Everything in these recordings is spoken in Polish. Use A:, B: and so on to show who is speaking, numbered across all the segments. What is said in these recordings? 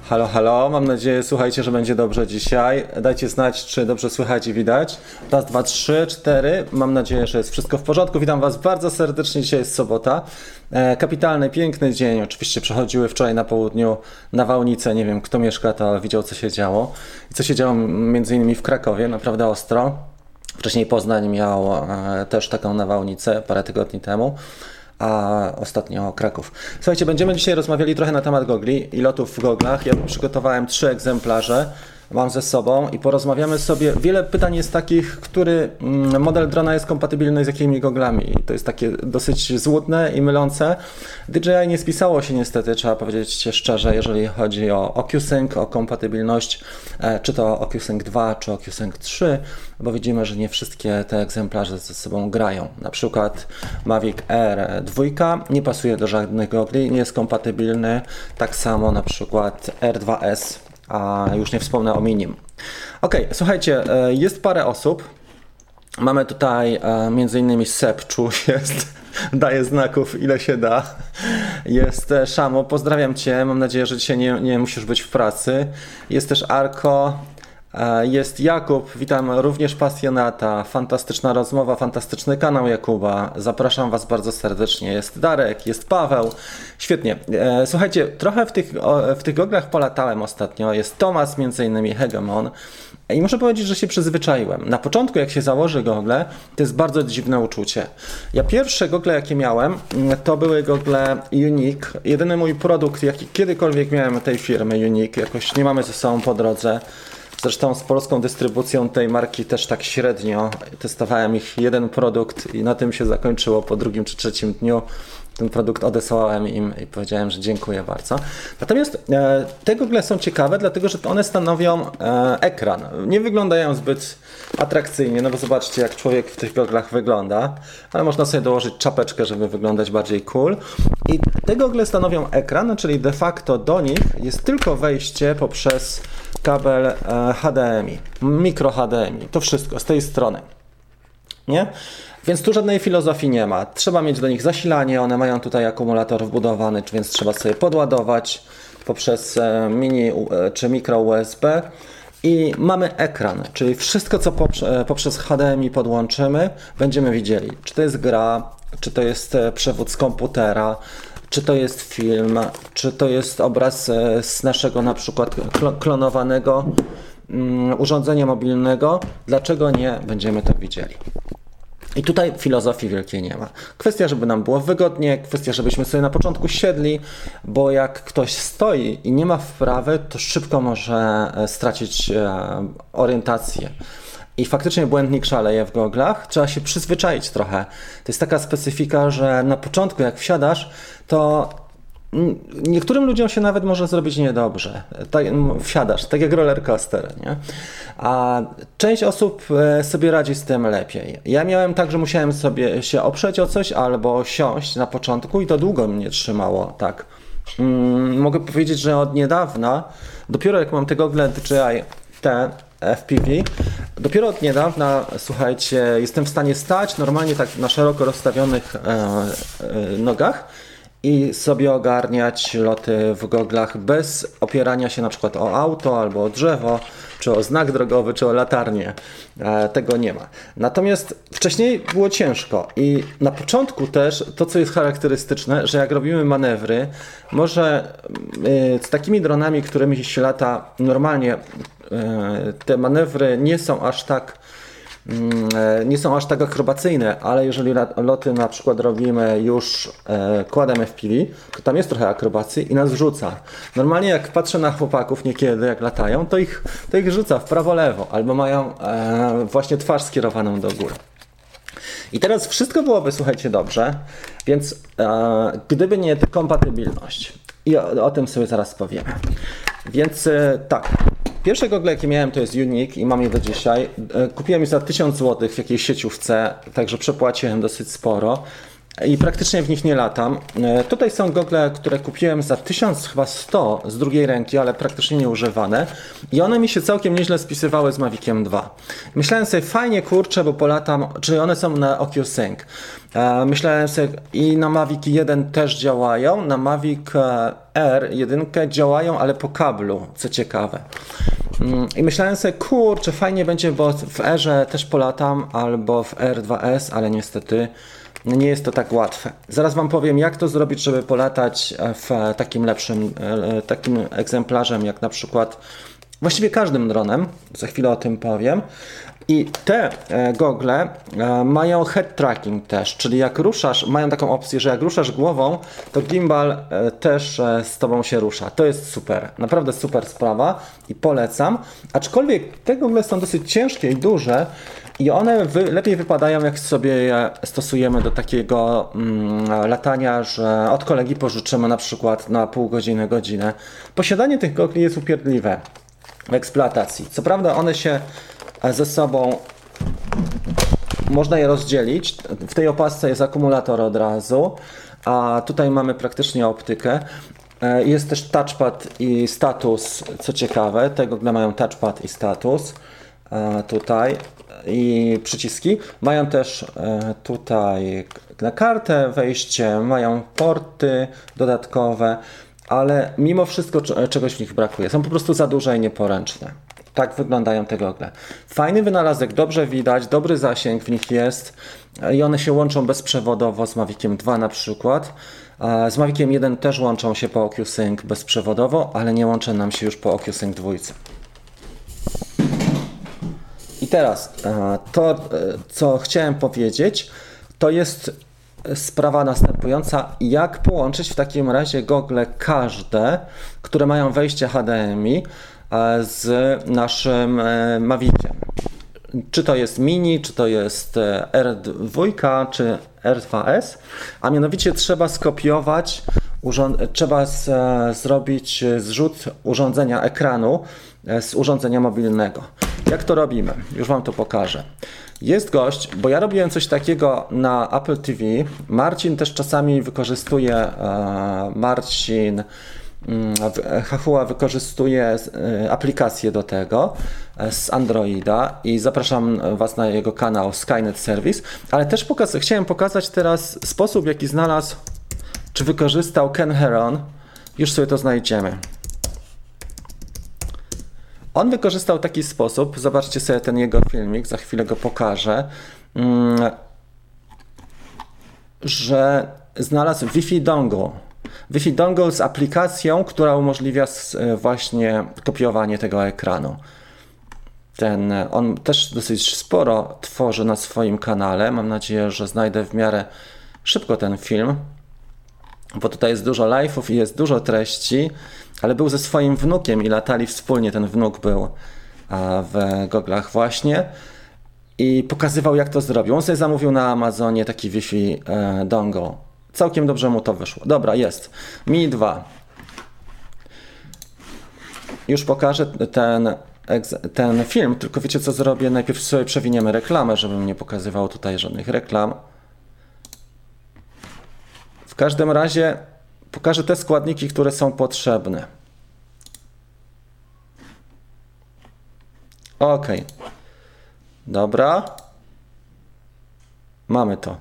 A: Halo, halo, mam nadzieję, słuchajcie, że będzie dobrze dzisiaj. Dajcie znać, czy dobrze słychać i widać. Raz, dwa, trzy, cztery. Mam nadzieję, że jest wszystko w porządku. Witam Was bardzo serdecznie, dzisiaj jest sobota. Kapitalny, piękny dzień. Oczywiście przechodziły wczoraj na południu nawałnice. Nie wiem, kto mieszka, to widział, co się działo. I co się działo między innymi w Krakowie, naprawdę ostro. Wcześniej Poznań miał też taką nawałnicę parę tygodni temu, a ostatnio Kraków. Słuchajcie, będziemy dzisiaj rozmawiali trochę na temat gogli i lotów w goglach. Ja przygotowałem 3 egzemplarze, mam ze sobą i porozmawiamy sobie. Wiele pytań jest takich, który model drona jest kompatybilny z jakimi goglami. To jest takie dosyć złudne i mylące. DJI nie spisało się niestety, trzeba powiedzieć szczerze, jeżeli chodzi o OcuSync, o kompatybilność, czy to OcuSync 2, czy OcuSync 3, bo widzimy, że nie wszystkie te egzemplarze ze sobą grają. Na przykład Mavic Air 2 nie pasuje do żadnych gogli, nie jest kompatybilny. Tak samo na przykład R2S, a już nie wspomnę o Minim. Ok, słuchajcie, jest parę osób. Mamy tutaj m.in. Sepczu jest, daje znaków ile się da. Jest Szamo, pozdrawiam Cię, mam nadzieję, że dzisiaj nie musisz być w pracy. Jest też Arko. Jest Jakub, witam również pasjonata, fantastyczna rozmowa, fantastyczny kanał Jakuba, zapraszam Was bardzo serdecznie, jest Darek, jest Paweł, świetnie. Słuchajcie, trochę w tych goglach polatałem ostatnio, jest Tomasz między innymi Hegemon i muszę powiedzieć, że się przyzwyczaiłem. Na początku jak się założy gogle, to jest bardzo dziwne uczucie. Ja pierwsze gogle jakie miałem, to były gogle Unique, jedyny mój produkt jaki kiedykolwiek miałem tej firmy Unique, jakoś nie mamy ze sobą po drodze. Zresztą z polską dystrybucją tej marki też tak średnio. Testowałem ich jeden produkt i na tym się zakończyło po drugim czy trzecim dniu. Ten produkt odesłałem im i powiedziałem, że dziękuję bardzo. Natomiast te gogle są ciekawe, dlatego że one stanowią ekran. Nie wyglądają zbyt atrakcyjnie, no bo zobaczcie jak człowiek w tych goglach wygląda, ale można sobie dołożyć czapeczkę, żeby wyglądać bardziej cool. I te gogle stanowią ekran, czyli de facto do nich jest tylko wejście poprzez kabel HDMI, mikro HDMI, to wszystko z tej strony, nie? Więc tu żadnej filozofii nie ma. Trzeba mieć do nich zasilanie, one mają tutaj akumulator wbudowany, więc trzeba sobie podładować poprzez mini czy mikro USB i mamy ekran, czyli wszystko co poprzez HDMI podłączymy, będziemy widzieli, czy to jest gra, czy to jest przewód z komputera, czy to jest film, czy to jest obraz z naszego na przykład klonowanego urządzenia mobilnego. Dlaczego nie będziemy to widzieli? I tutaj filozofii wielkiej nie ma. Kwestia, żeby nam było wygodnie, kwestia, żebyśmy sobie na początku siedli, bo jak ktoś stoi i nie ma wprawy, to szybko może stracić orientację. I faktycznie błędnik szaleje w goglach, trzeba się przyzwyczaić trochę. To jest taka specyfika, że na początku jak wsiadasz, to niektórym ludziom się nawet może zrobić niedobrze. Tak, wsiadasz, tak jak roller coaster, nie? A część osób sobie radzi z tym lepiej. Ja miałem tak, że musiałem sobie się oprzeć o coś albo siąść na początku i to długo mnie trzymało, tak. Mogę powiedzieć, że od niedawna, dopiero jak mam te gogle DJI te FPV, dopiero od niedawna, słuchajcie, jestem w stanie stać normalnie tak na szeroko rozstawionych nogach i sobie ogarniać loty w goglach bez opierania się na przykład o auto albo o drzewo, czy o znak drogowy, czy o latarnię. Tego nie ma. Natomiast wcześniej było ciężko i na początku też to, co jest charakterystyczne, że jak robimy manewry, może z takimi dronami, którymi się lata normalnie, te manewry nie są aż tak akrobacyjne, ale jeżeli loty na przykład robimy już kładem FPV, to tam jest trochę akrobacji i nas rzuca. Normalnie jak patrzę na chłopaków niekiedy, jak latają, to ich rzuca w prawo-lewo, albo mają właśnie twarz skierowaną do góry. I teraz wszystko byłoby, słuchajcie, dobrze, więc gdyby nie kompatybilność, i o tym sobie zaraz powiemy. Więc tak, pierwsze gogle jakie miałem to jest Unique i mam je do dzisiaj. Kupiłem je za 1000 zł w jakiejś sieciówce, także przepłaciłem dosyć sporo. i praktycznie w nich nie latam. Tutaj są gogle, które kupiłem za 1100 z drugiej ręki, ale praktycznie nieużywane i one mi się całkiem nieźle spisywały z Maviciem 2. Myślałem sobie, fajnie kurczę, bo polatam, czy one są na OcuSync. Myślałem sobie, i na Mavic 1 też działają, na Mavic R1 działają, ale po kablu, co ciekawe. I myślałem sobie, kurczę, fajnie będzie, bo w Airze też polatam, albo w R2S, ale niestety nie jest to tak łatwe. Zaraz Wam powiem, jak to zrobić, żeby polatać w takim lepszym, takim egzemplarzem, jak na przykład właściwie każdym dronem. Za chwilę o tym powiem. I te gogle mają head tracking też, czyli jak ruszasz, mają taką opcję, że jak ruszasz głową, to gimbal też z Tobą się rusza. To jest super, naprawdę super sprawa i polecam. Aczkolwiek te gogle są dosyć ciężkie i duże i one lepiej wypadają, jak sobie je stosujemy do takiego latania, że od kolegi pożyczymy na przykład na pół godziny, godzinę. Posiadanie tych gogli jest upierdliwe w eksploatacji. Co prawda one się ze sobą, można je rozdzielić. W tej opasce jest akumulator od razu, a tutaj mamy praktycznie optykę. Jest też touchpad i status, co ciekawe. Te gogle mają touchpad i status tutaj i przyciski. Mają też tutaj na kartę wejście, mają porty dodatkowe, ale mimo wszystko czegoś w nich brakuje. Są po prostu za duże i nieporęczne. Tak wyglądają te gogle. Fajny wynalazek, dobrze widać, dobry zasięg w nich jest i one się łączą bezprzewodowo z Maviciem 2 na przykład. Z Maviciem 1 też łączą się po OcuSync bezprzewodowo, ale nie łączą nam się już po OcuSync 2. I teraz to, co chciałem powiedzieć, to jest sprawa następująca, jak połączyć w takim razie gogle każde, które mają wejście HDMI z naszym Maviciem. Czy to jest mini, czy to jest R2, czy R2S, a mianowicie trzeba skopiować, trzeba zrobić zrzut urządzenia ekranu z urządzenia mobilnego. Jak to robimy? Już Wam to pokażę. Jest gość, bo ja robiłem coś takiego na Apple TV. Marcin też czasami wykorzystuje, Hachuła wykorzystuje aplikację do tego z Androida i zapraszam Was na jego kanał Skynet Service, ale też chciałem pokazać teraz sposób, jaki znalazł, czy wykorzystał Ken Heron. Już sobie to znajdziemy. On wykorzystał taki sposób, zobaczcie sobie ten jego filmik, za chwilę go pokażę, że znalazł Wi-Fi dongle. Wi-Fi dongle z aplikacją, która umożliwia właśnie kopiowanie tego ekranu. On też dosyć sporo tworzy na swoim kanale. Mam nadzieję, że znajdę w miarę szybko ten film, bo tutaj jest dużo live'ów i jest dużo treści, ale był ze swoim wnukiem i latali wspólnie. Ten wnuk był w goglach właśnie i pokazywał, jak to zrobił. On sobie zamówił na Amazonie taki Wi-Fi dongle. Całkiem dobrze mu to wyszło. Dobra, jest. Mi 2. Już pokażę ten film, tylko wiecie co zrobię? Najpierw sobie przewiniemy reklamę, żebym nie pokazywał tutaj żadnych reklam. W każdym razie pokażę te składniki, które są potrzebne. OK. Dobra. Mamy to.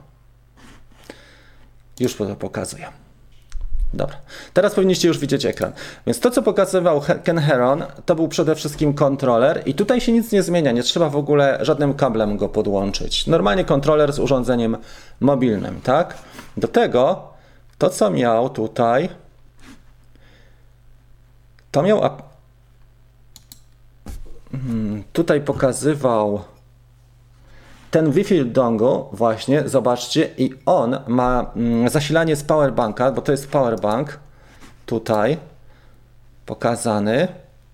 A: Już to pokazuję. Dobra. Teraz powinniście już widzieć ekran. Więc to, co pokazywał Ken Heron, to był przede wszystkim kontroler i tutaj się nic nie zmienia. Nie trzeba w ogóle żadnym kablem go podłączyć. Normalnie kontroler z urządzeniem mobilnym, tak? Do tego to, co miał tutaj, to miał tutaj pokazywał ten Wi-Fi dongle właśnie, zobaczcie, i on ma zasilanie z powerbanka, bo to jest powerbank tutaj pokazany.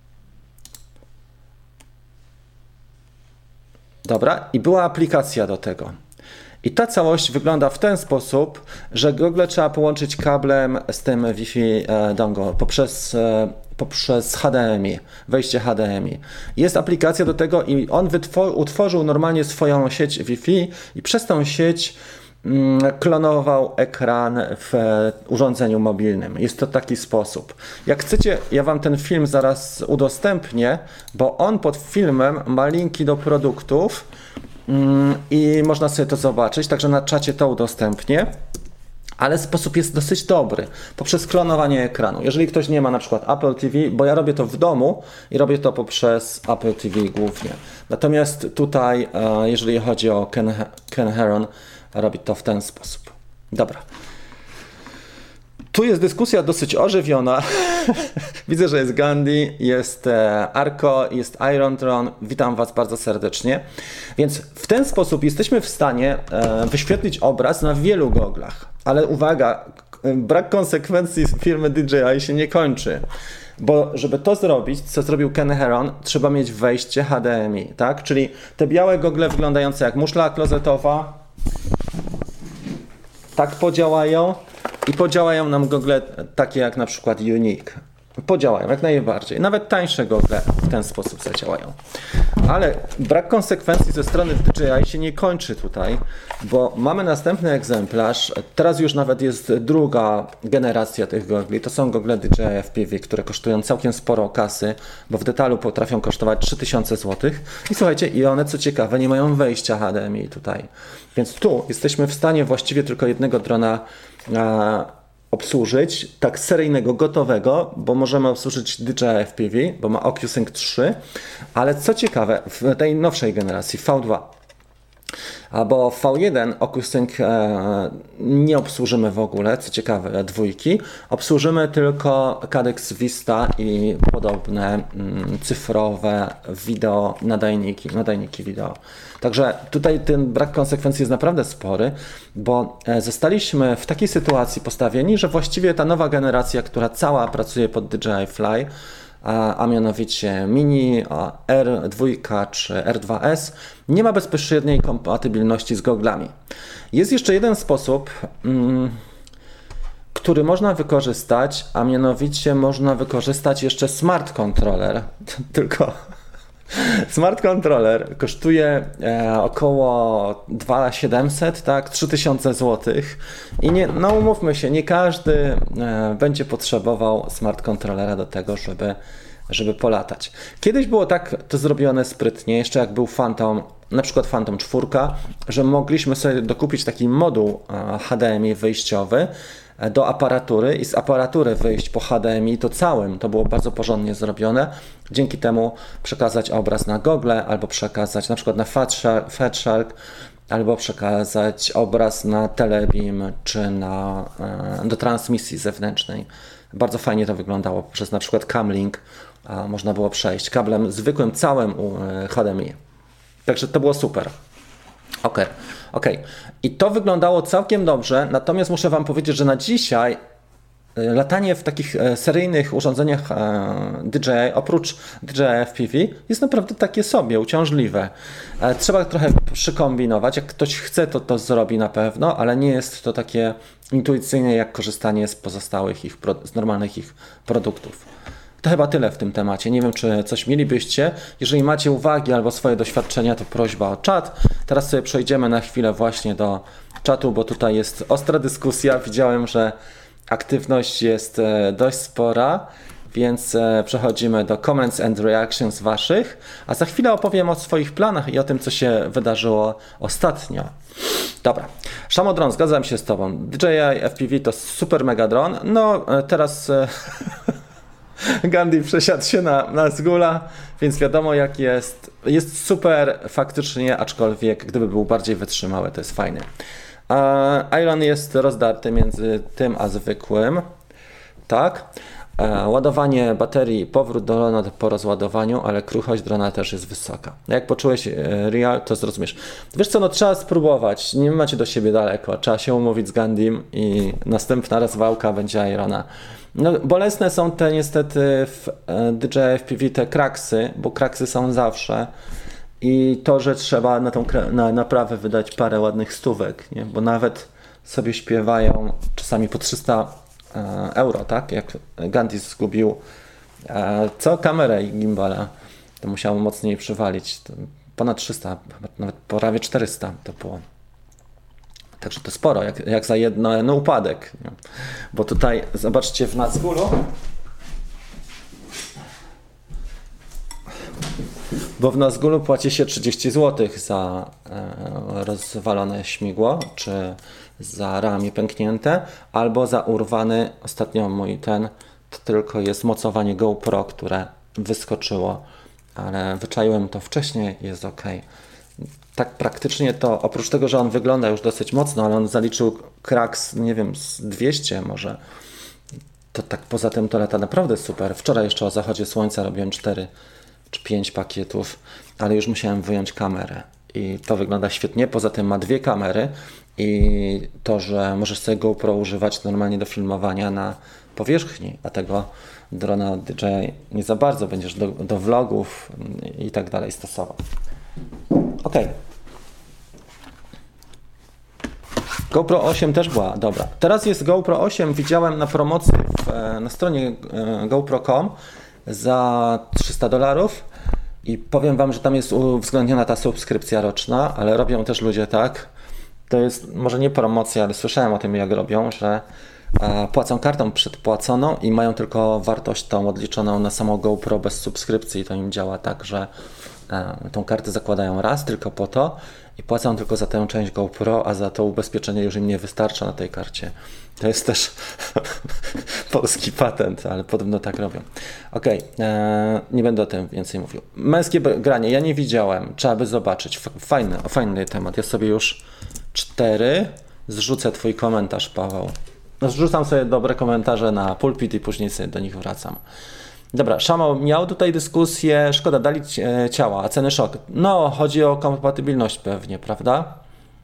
A: Dobra, i była aplikacja do tego. I ta całość wygląda w ten sposób, że gogle trzeba połączyć kablem z tym Wi-Fi dongle poprzez HDMI, wejście HDMI. Jest aplikacja do tego i on utworzył normalnie swoją sieć Wi-Fi i przez tą sieć klonował ekran w urządzeniu mobilnym. Jest to taki sposób. Jak chcecie, ja Wam ten film zaraz udostępnię, bo on pod filmem ma linki do produktów i można sobie to zobaczyć, także na czacie to udostępnię. Ale sposób jest dosyć dobry, poprzez klonowanie ekranu. Jeżeli ktoś nie ma na przykład Apple TV, bo ja robię to w domu i robię to poprzez Apple TV głównie. Natomiast tutaj, jeżeli chodzi o Ken Heron, robi to w ten sposób. Dobra. Tu jest dyskusja dosyć ożywiona. Widzę, że jest Gandhi, jest Arko, jest Irontron. Witam Was bardzo serdecznie. Więc w ten sposób jesteśmy w stanie wyświetlić obraz na wielu goglach. Ale uwaga, brak konsekwencji firmy DJI się nie kończy. Bo żeby to zrobić, co zrobił Ken Heron, trzeba mieć wejście HDMI, tak? Czyli te białe gogle wyglądające jak muszla klozetowa, tak podziałają i podziałają nam gogle takie jak na przykład Unique. Podziałają jak najbardziej. Nawet tańsze gogle w ten sposób zadziałają. Ale brak konsekwencji ze strony DJI się nie kończy tutaj, bo mamy następny egzemplarz. Teraz już nawet jest druga generacja tych gogli. To są gogle DJI FPV, które kosztują całkiem sporo kasy, bo w detalu potrafią kosztować 3000 zł. I słuchajcie, i one co ciekawe nie mają wejścia HDMI tutaj. Więc tu jesteśmy w stanie właściwie tylko jednego drona obsłużyć, tak seryjnego, gotowego, bo możemy obsłużyć DJI FPV, bo ma OcuSync 3, ale co ciekawe, w tej nowszej generacji V2, bo w V1 OcuSync nie obsłużymy w ogóle, co ciekawe, dwójki, obsłużymy tylko Cadex Vista i podobne cyfrowe wideo, nadajniki wideo. Także tutaj ten brak konsekwencji jest naprawdę spory, bo zostaliśmy w takiej sytuacji postawieni, że właściwie ta nowa generacja, która cała pracuje pod DJI Fly, a mianowicie Mini, R2 czy R2S, nie ma bezpośredniej kompatybilności z goglami. Jest jeszcze jeden sposób, który można wykorzystać, a mianowicie można wykorzystać jeszcze Smart Controller, tylko Smart Controller kosztuje około 2700, tak, 3000 zł i nie, no umówmy się, nie każdy będzie potrzebował Smart Controllera do tego, żeby polatać. Kiedyś było tak to zrobione sprytnie, jeszcze jak był Phantom, na przykład Phantom 4, że mogliśmy sobie dokupić taki moduł HDMI wyjściowy do aparatury i z aparatury wyjść po HDMI to całym. To było bardzo porządnie zrobione. Dzięki temu przekazać obraz na gogle albo przekazać na przykład na Fatshark albo przekazać obraz na Telebeam czy do transmisji zewnętrznej. Bardzo fajnie to wyglądało przez na przykład Camlink. Można było przejść kablem zwykłym całym HDMI. Także to było super. Okej. I to wyglądało całkiem dobrze, natomiast muszę Wam powiedzieć, że na dzisiaj latanie w takich seryjnych urządzeniach DJI, oprócz DJI FPV, jest naprawdę takie sobie, uciążliwe. Trzeba trochę przykombinować. Jak ktoś chce, to zrobi na pewno, ale nie jest to takie intuicyjne jak korzystanie z pozostałych z normalnych ich produktów. To chyba tyle w tym temacie. Nie wiem, czy coś mielibyście. Jeżeli macie uwagi albo swoje doświadczenia, to prośba o czat. Teraz sobie przejdziemy na chwilę właśnie do czatu, bo tutaj jest ostra dyskusja. Widziałem, że aktywność jest dość spora, więc przechodzimy do comments and reactions waszych, a za chwilę opowiem o swoich planach i o tym, co się wydarzyło ostatnio. Dobra, Szamodron, zgadzam się z Tobą. DJI FPV to super mega dron. No teraz Gandhi przesiadł się na Zgula, więc wiadomo jak jest. Jest super faktycznie, aczkolwiek gdyby był bardziej wytrzymały, to jest fajne. Iron jest rozdarty między tym a zwykłym. Tak. Ładowanie baterii, powrót do drona po rozładowaniu, ale kruchość drona też jest wysoka. Jak poczułeś real, to zrozumiesz. Wiesz co, no trzeba spróbować. Nie macie do siebie daleko. Trzeba się umówić z Gandhim i następna rozwałka będzie Irona. No, bolesne są te niestety w DJI FPV te kraksy, bo kraksy są zawsze. I to, że trzeba na naprawę wydać parę ładnych stówek, nie? Bo nawet sobie śpiewają czasami po 300 euro, tak? Jak Gandhi zgubił kamerę i gimbala, to musiał mocniej przywalić. To ponad 300, nawet prawie 400 to było. Także to sporo, jak za jeden upadek. Nie? Bo tutaj, zobaczcie, w Nazgulu, płaci się 30 zł za rozwalone śmigło, czy za ramię pęknięte, albo za urwany, ostatnio mój to tylko jest mocowanie GoPro, które wyskoczyło, ale wyczaiłem to wcześniej, jest ok. Tak praktycznie to, oprócz tego, że on wygląda już dosyć mocno, ale on zaliczył kraks, nie wiem, z 200 może, to tak poza tym to lata naprawdę super. Wczoraj jeszcze o zachodzie słońca robiłem 4 czy 5 pakietów, ale już musiałem wyjąć kamerę i to wygląda świetnie. Poza tym ma 2 kamery i to, że możesz sobie GoPro używać normalnie do filmowania na powierzchni, a tego drona DJI nie za bardzo będziesz do vlogów i tak dalej stosował. Ok. GoPro 8 też była dobra. Teraz jest GoPro 8, widziałem na promocji na stronie GoPro.com za $300 i powiem Wam, że tam jest uwzględniona ta subskrypcja roczna, ale robią też ludzie tak. To jest może nie promocja, ale słyszałem o tym, jak robią, że płacą kartą przedpłaconą i mają tylko wartość tą odliczoną na samo GoPro bez subskrypcji. To im działa tak, że tą kartę zakładają raz tylko po to i płacą tylko za tę część GoPro, a za to ubezpieczenie już im nie wystarcza na tej karcie. To jest też polski patent, ale podobno tak robią. Ok, nie będę o tym więcej mówił. Męskie granie, ja nie widziałem, trzeba by zobaczyć. Fajny temat. Ja sobie już 4 zrzucę Twój komentarz, Paweł. Zrzucam sobie dobre komentarze na pulpit i później sobie do nich wracam. Dobra, Szamo miał tutaj dyskusję, szkoda, dali ciała, a ceny szok. No, chodzi o kompatybilność pewnie, prawda?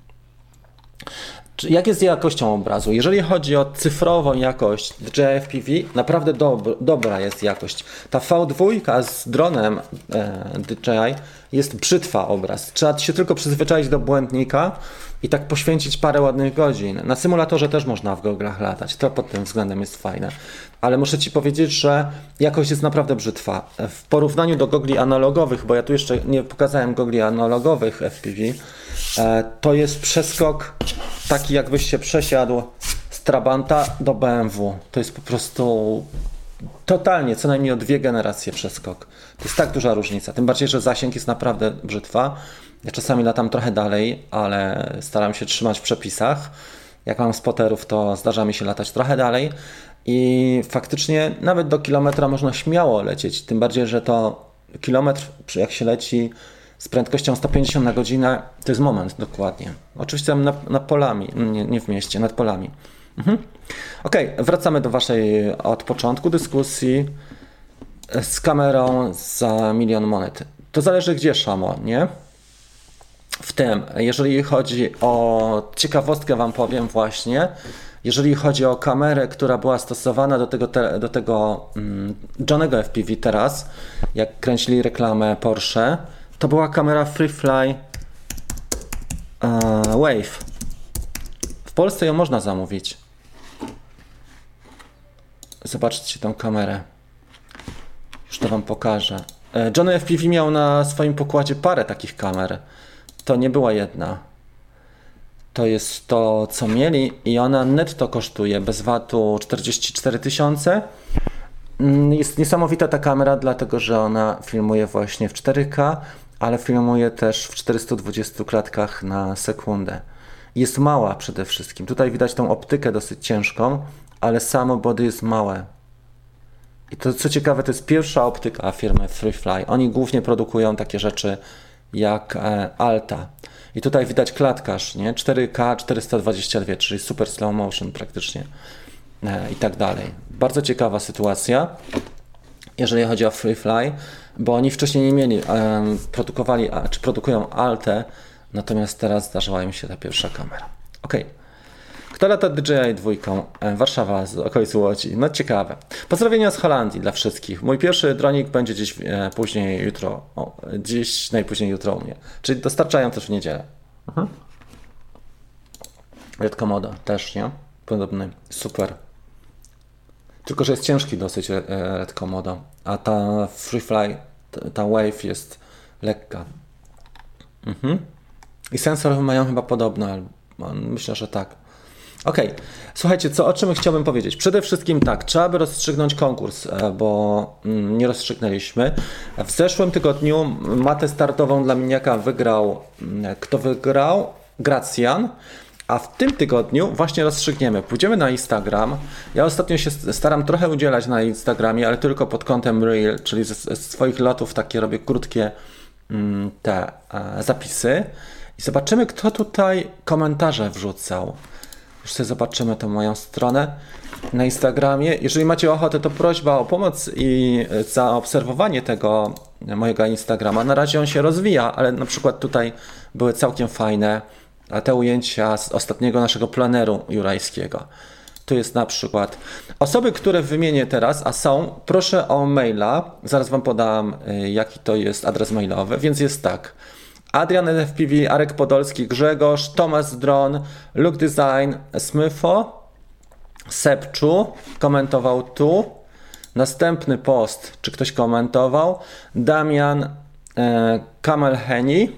A: Jak jest z jakością obrazu? Jeżeli chodzi o cyfrową jakość DJI FPV, naprawdę dobra jest jakość. Ta V2 z dronem DJI jest brzytwa obraz. Trzeba się tylko przyzwyczaić do błędnika i tak poświęcić parę ładnych godzin. Na symulatorze też można w goglach latać, to pod tym względem jest fajne. Ale muszę Ci powiedzieć, że jakość jest naprawdę brzytwa. W porównaniu do gogli analogowych, bo ja tu jeszcze nie pokazałem gogli analogowych FPV, to jest przeskok taki, jakbyś się przesiadł z Trabanta do BMW. To jest po prostu totalnie, co najmniej o 2 generacje przeskok. To jest tak duża różnica. Tym bardziej, że zasięg jest naprawdę brzytwa. Ja czasami latam trochę dalej, ale staram się trzymać w przepisach. Jak mam spoterów, to zdarza mi się latać trochę dalej i faktycznie nawet do kilometra można śmiało lecieć. Tym bardziej, że to kilometr, jak się leci z prędkością 150 na godzinę, to jest moment dokładnie. Oczywiście nad polami, nie w mieście, nad polami. Ok, wracamy do Waszej od początku dyskusji z kamerą za 1 000 000 monet. To zależy gdzie, Szamo, nie? W tym, jeżeli chodzi o ciekawostkę Wam powiem właśnie, jeżeli chodzi o kamerę, która była stosowana do tego Johnnego FPV teraz, jak kręcili reklamę Porsche, to była kamera Freefly Wave. W Polsce ją można zamówić. Zobaczcie tą kamerę. Już to Wam pokażę. Johnny FPV miał na swoim pokładzie parę takich kamer. To nie była jedna. To jest to, co mieli i ona netto kosztuje bez VAT-u 44 000. Jest niesamowita ta kamera, dlatego że ona filmuje właśnie w 4K, ale filmuje też w 420 klatkach na sekundę. Jest mała przede wszystkim. Tutaj widać tą optykę dosyć ciężką, ale samo body jest małe. I to, co ciekawe, to jest pierwsza optyka firmy Freefly. Oni głównie produkują takie rzeczy jak Alta. I tutaj widać klatkarz, nie? 4K 422, czyli super slow motion praktycznie i tak dalej. Bardzo ciekawa sytuacja, jeżeli chodzi o Freefly, bo oni wcześniej nie mieli, produkowali, czy produkują Altę, natomiast teraz zdarzyła im się ta pierwsza kamera. Ok. Kto lata DJI 2? Warszawa, z okolic Łodzi. No ciekawe. Pozdrowienia z Holandii dla wszystkich. Mój pierwszy dronik będzie dziś później jutro. Dziś najpóźniej jutro u mnie. Czyli dostarczają też w niedzielę. Red Komodo też, nie? Podobny. Super. Tylko, że jest ciężki dosyć Red Komodo. A ta Freefly, ta Wave jest lekka. I sensory mają chyba podobne, Myślę, że tak. Okej, słuchajcie, o czym chciałbym powiedzieć? Przede wszystkim tak, trzeba by rozstrzygnąć konkurs, bo nie rozstrzygnęliśmy. W zeszłym tygodniu matę startową dla miniaka wygrał, kto wygrał? Gracjan. A w tym tygodniu właśnie rozstrzygniemy. Pójdziemy na Instagram. Ja ostatnio się staram trochę udzielać na Instagramie, ale tylko pod kątem Reel, czyli ze swoich lotów takie robię krótkie te zapisy. I zobaczymy, kto tutaj komentarze wrzucał. Już sobie zobaczymy tą moją stronę na Instagramie. Jeżeli macie ochotę, to prośba o pomoc i zaobserwowanie tego mojego Instagrama. Na razie on się rozwija, ale na przykład tutaj były całkiem fajne te ujęcia z ostatniego naszego pleneru jurajskiego. Tu jest na przykład osoby, które wymienię teraz, a są, proszę o maila. Zaraz wam podam, jaki to jest adres mailowy, więc jest tak. Adrian NFPV, Arek Podolski, Grzegorz, Tomasz Dron, Look Design, Smyfo, Sepczu, komentował tu. Następny post, czy ktoś komentował? Damian Kamel Heni.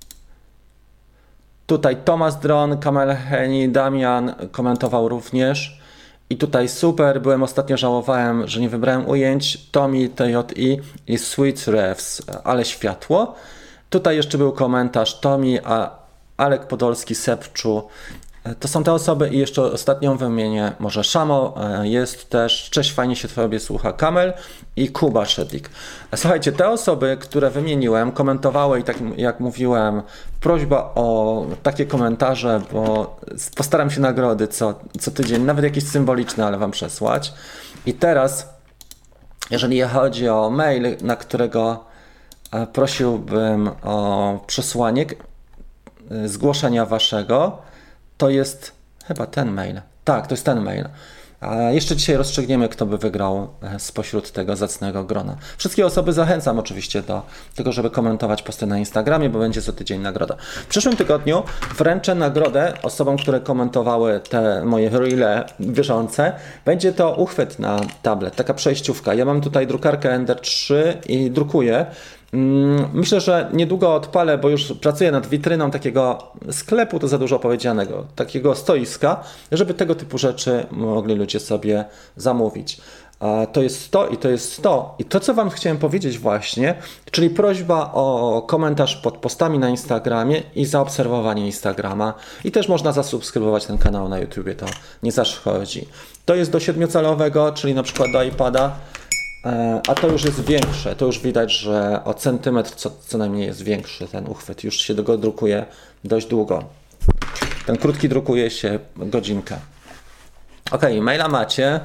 A: Tutaj Tomasz Dron, Kamel Heni, Damian komentował również. I tutaj super, byłem ostatnio, żałowałem, że nie wybrałem ujęć. Tommy TJI i Sweet Revs, ale światło. Tutaj jeszcze był komentarz Tommy, a Alek Podolski, Sepczu. To są te osoby i jeszcze ostatnią wymienię, może Szamo jest też, cześć, fajnie się Tobie słucha, Kamel i Kuba Szedik. Słuchajcie, te osoby, które wymieniłem, komentowały i tak jak mówiłem, prośba o takie komentarze, bo postaram się nagrody co tydzień, nawet jakieś symboliczne, ale Wam przesłać. I teraz, jeżeli chodzi o mail, na którego prosiłbym o przesłanie zgłoszenia Waszego, to jest chyba ten mail. Tak, to jest ten mail. A jeszcze dzisiaj rozstrzygniemy, kto by wygrał spośród tego zacnego grona. Wszystkie osoby zachęcam oczywiście do tego, żeby komentować posty na Instagramie, bo będzie co tydzień nagroda. W przyszłym tygodniu wręczę nagrodę osobom, które komentowały te moje reele bieżące. Będzie to uchwyt na tablet, taka przejściówka. Ja mam tutaj drukarkę Ender 3 i drukuję. Myślę, że niedługo odpalę, bo już pracuję nad witryną takiego sklepu, to za dużo powiedzianego, takiego stoiska, żeby tego typu rzeczy mogli ludzie sobie zamówić. To jest to i to jest to. I to, co Wam chciałem powiedzieć właśnie, czyli prośba o komentarz pod postami na Instagramie i zaobserwowanie Instagrama. I też można zasubskrybować ten kanał na YouTubie, to nie zaszkodzi. To jest do 7-calowego, czyli na przykład do iPada. A to już jest większe, to już widać, że o centymetr co najmniej jest większy ten uchwyt, już się go drukuje dość długo. Ten krótki drukuje się godzinkę. Ok, maila macie.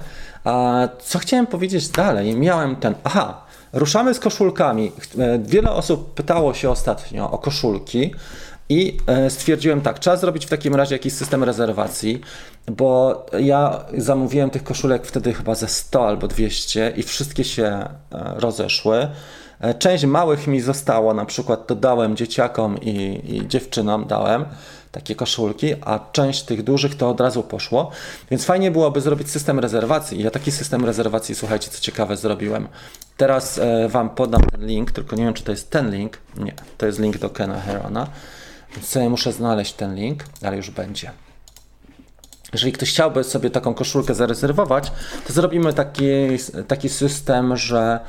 A: Co chciałem powiedzieć dalej? Miałem ruszamy z koszulkami. Wiele osób pytało się ostatnio o koszulki. I stwierdziłem tak, trzeba zrobić w takim razie jakiś system rezerwacji, bo ja zamówiłem tych koszulek wtedy chyba ze 100 albo 200 i wszystkie się rozeszły. Część małych mi zostało, na przykład to dałem dzieciakom i dziewczynom dałem takie koszulki, a część tych dużych to od razu poszło, więc fajnie byłoby zrobić system rezerwacji. Ja taki system rezerwacji, słuchajcie, co ciekawe, zrobiłem. Teraz Wam podam ten link, tylko nie wiem, czy to jest ten link. Nie, to jest link do Kena Herona. Więc sobie muszę znaleźć ten link, ale już będzie. Jeżeli ktoś chciałby sobie taką koszulkę zarezerwować, to zrobimy taki system, że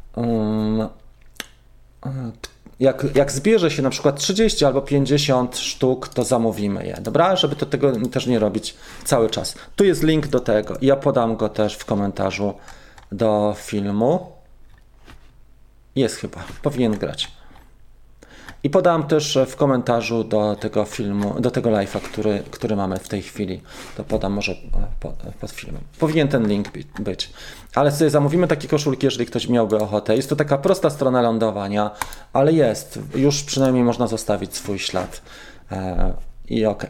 A: jak zbierze się na przykład 30 albo 50 sztuk, to zamówimy je, dobra? Żeby tego też nie robić cały czas. Tu jest link do tego. Ja podam go też w komentarzu do filmu. Jest chyba, powinien grać. I podam też w komentarzu do tego filmu, do tego live'a, który mamy w tej chwili. To podam może pod filmem. Powinien ten link być. Ale sobie zamówimy takie koszulki, jeżeli ktoś miałby ochotę. Jest to taka prosta strona lądowania, ale jest. Już przynajmniej można zostawić swój ślad. I okej.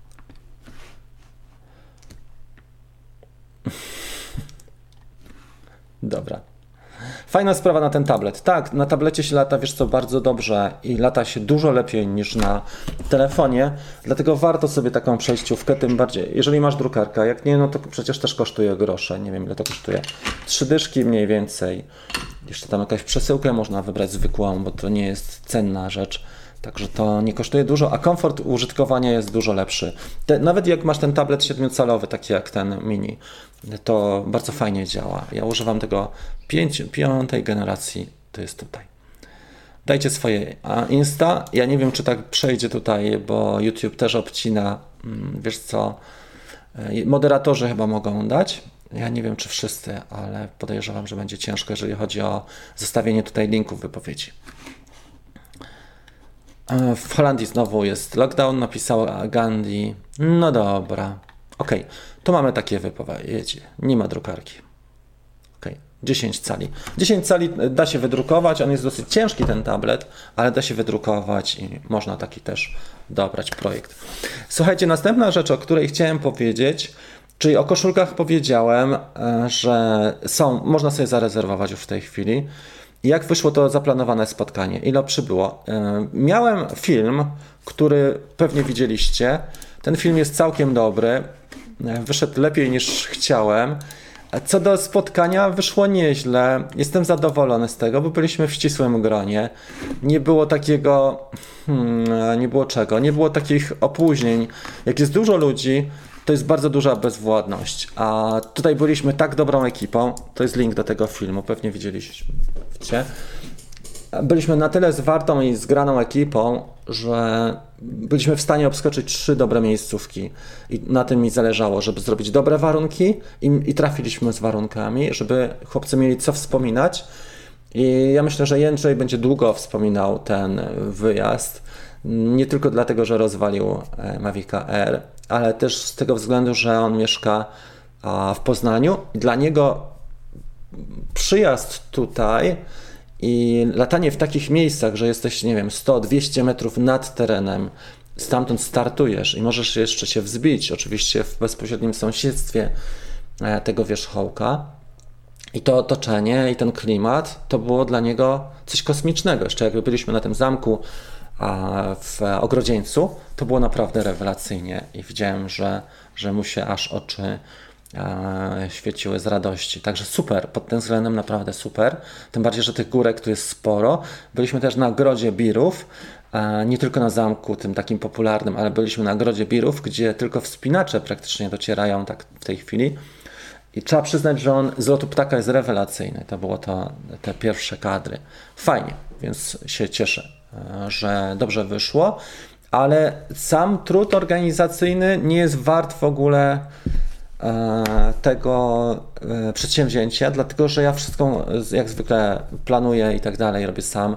A: Dobra. Fajna sprawa na ten tablet. Tak, na tablecie się lata, wiesz co, bardzo dobrze i lata się dużo lepiej niż na telefonie, dlatego warto sobie taką przejściówkę, tym bardziej, jeżeli masz drukarkę, jak nie, no to przecież też kosztuje grosze, nie wiem ile to kosztuje, 3 dyszki mniej więcej, jeszcze tam jakąś przesyłkę można wybrać zwykłą, bo to nie jest cenna rzecz, Także to nie kosztuje dużo, a komfort użytkowania jest dużo lepszy. Nawet jak masz ten tablet 7-calowy, taki jak ten mini, to bardzo fajnie działa. Ja używam tego piątej generacji, to jest tutaj. Dajcie swoje Insta. Ja nie wiem, czy tak przejdzie tutaj, bo YouTube też obcina, wiesz co, moderatorzy chyba mogą dać. Ja nie wiem, czy wszyscy, ale podejrzewam, że będzie ciężko, jeżeli chodzi o zostawienie tutaj linków wypowiedzi. W Holandii znowu jest lockdown, napisała Gandhi. No dobra. Okej, tu mamy takie wypowiedzi. Nie ma drukarki. 10 cali. 10 cali da się wydrukować, on jest dosyć ciężki ten tablet, ale da się wydrukować i można taki też dobrać projekt. Słuchajcie, następna rzecz, o której chciałem powiedzieć, czyli o koszulkach powiedziałem, że można sobie zarezerwować już w tej chwili. Jak wyszło to zaplanowane spotkanie? Ile przybyło? Miałem film, który pewnie widzieliście. Ten film jest całkiem dobry. Wyszedł lepiej niż chciałem. Co do spotkania, wyszło nieźle. Jestem zadowolony z tego, bo byliśmy w ścisłym gronie. Nie było takiego... nie było czego? Nie było takich opóźnień. Jak jest dużo ludzi, to jest bardzo duża bezwładność. A tutaj byliśmy tak dobrą ekipą. To jest link do tego filmu, pewnie widzieliście. Byliśmy na tyle zwartą i zgraną ekipą, że byliśmy w stanie obskoczyć 3 dobre miejscówki. I na tym mi zależało, żeby zrobić dobre warunki i trafiliśmy z warunkami, żeby chłopcy mieli co wspominać. I ja myślę, że Jędrzej będzie długo wspominał ten wyjazd. Nie tylko dlatego, że rozwalił Mavica Air, ale też z tego względu, że on mieszka w Poznaniu. Dla niego przyjazd tutaj i latanie w takich miejscach, że jesteś, nie wiem, 100-200 metrów nad terenem, stamtąd startujesz i możesz jeszcze się wzbić, oczywiście w bezpośrednim sąsiedztwie tego wierzchołka. I to otoczenie i ten klimat, to było dla niego coś kosmicznego. Jeszcze jakby byliśmy na tym zamku w Ogrodzieńcu, to było naprawdę rewelacyjnie i widziałem, że mu się aż oczy świeciły z radości. Także super, pod tym względem naprawdę super. Tym bardziej, że tych górek tu jest sporo. Byliśmy też na Grodzie Birów, nie tylko na zamku tym takim popularnym, ale byliśmy na Grodzie Birów, gdzie tylko wspinacze praktycznie docierają tak w tej chwili. I trzeba przyznać, że on z lotu ptaka jest rewelacyjny. To było te pierwsze kadry. Fajnie, więc się cieszę, że dobrze wyszło, ale sam trud organizacyjny nie jest wart w ogóle tego przedsięwzięcia, dlatego że ja wszystko jak zwykle planuję i tak dalej, robię sam.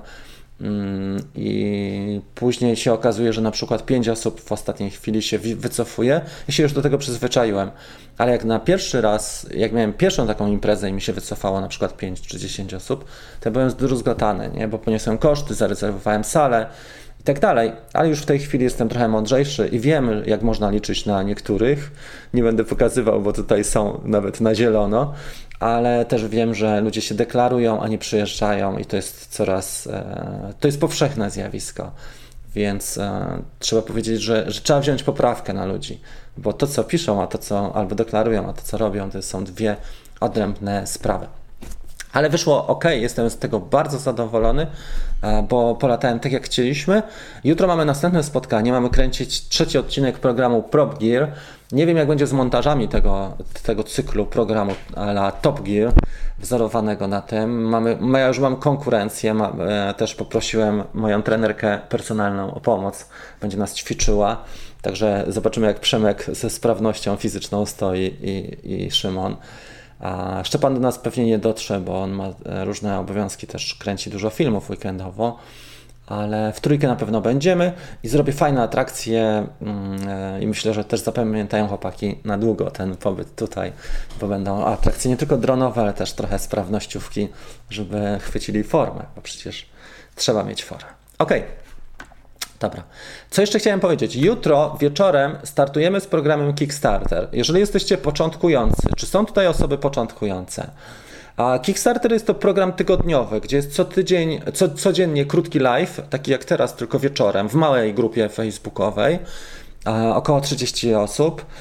A: I później się okazuje, że na przykład 5 osób w ostatniej chwili się wycofuje. Ja się już do tego przyzwyczaiłem, ale jak na pierwszy raz, jak miałem pierwszą taką imprezę i mi się wycofało na przykład 5 czy 10 osób, to byłem zdruzgotany, nie? Bo poniosłem koszty, zarezerwowałem salę i tak dalej, ale już w tej chwili jestem trochę mądrzejszy i wiem, jak można liczyć na niektórych. Nie będę pokazywał, bo tutaj są nawet na zielono, ale też wiem, że ludzie się deklarują, a nie przyjeżdżają i to jest to jest powszechne zjawisko, więc trzeba powiedzieć, że trzeba wziąć poprawkę na ludzi, bo to, co piszą, a to, co albo deklarują, a to, co robią, to są dwie odrębne sprawy. Ale wyszło ok, jestem z tego bardzo zadowolony, bo polatałem tak jak chcieliśmy. Jutro mamy następne spotkanie, mamy kręcić 3. odcinek programu Prop Gear. Nie wiem jak będzie z montażami tego cyklu programu ala Top Gear, wzorowanego na tym. Ja już mam konkurencję, też poprosiłem moją trenerkę personalną o pomoc, będzie nas ćwiczyła. Także zobaczymy jak Przemek ze sprawnością fizyczną stoi i Szymon. A Szczepan do nas pewnie nie dotrze, bo on ma różne obowiązki, też kręci dużo filmów weekendowo, ale w trójkę na pewno będziemy i zrobię fajne atrakcje i myślę, że też zapamiętają chłopaki na długo ten pobyt tutaj, bo będą atrakcje nie tylko dronowe, ale też trochę sprawnościówki, żeby chwycili formę, bo przecież trzeba mieć formę. Okej. Dobra. Co jeszcze chciałem powiedzieć? Jutro wieczorem startujemy z programem Kickstarter. Jeżeli jesteście początkujący, czy są tutaj osoby początkujące? A Kickstarter jest to program tygodniowy, gdzie jest codziennie krótki live, taki jak teraz, tylko wieczorem, w małej grupie facebookowej, około 30 osób.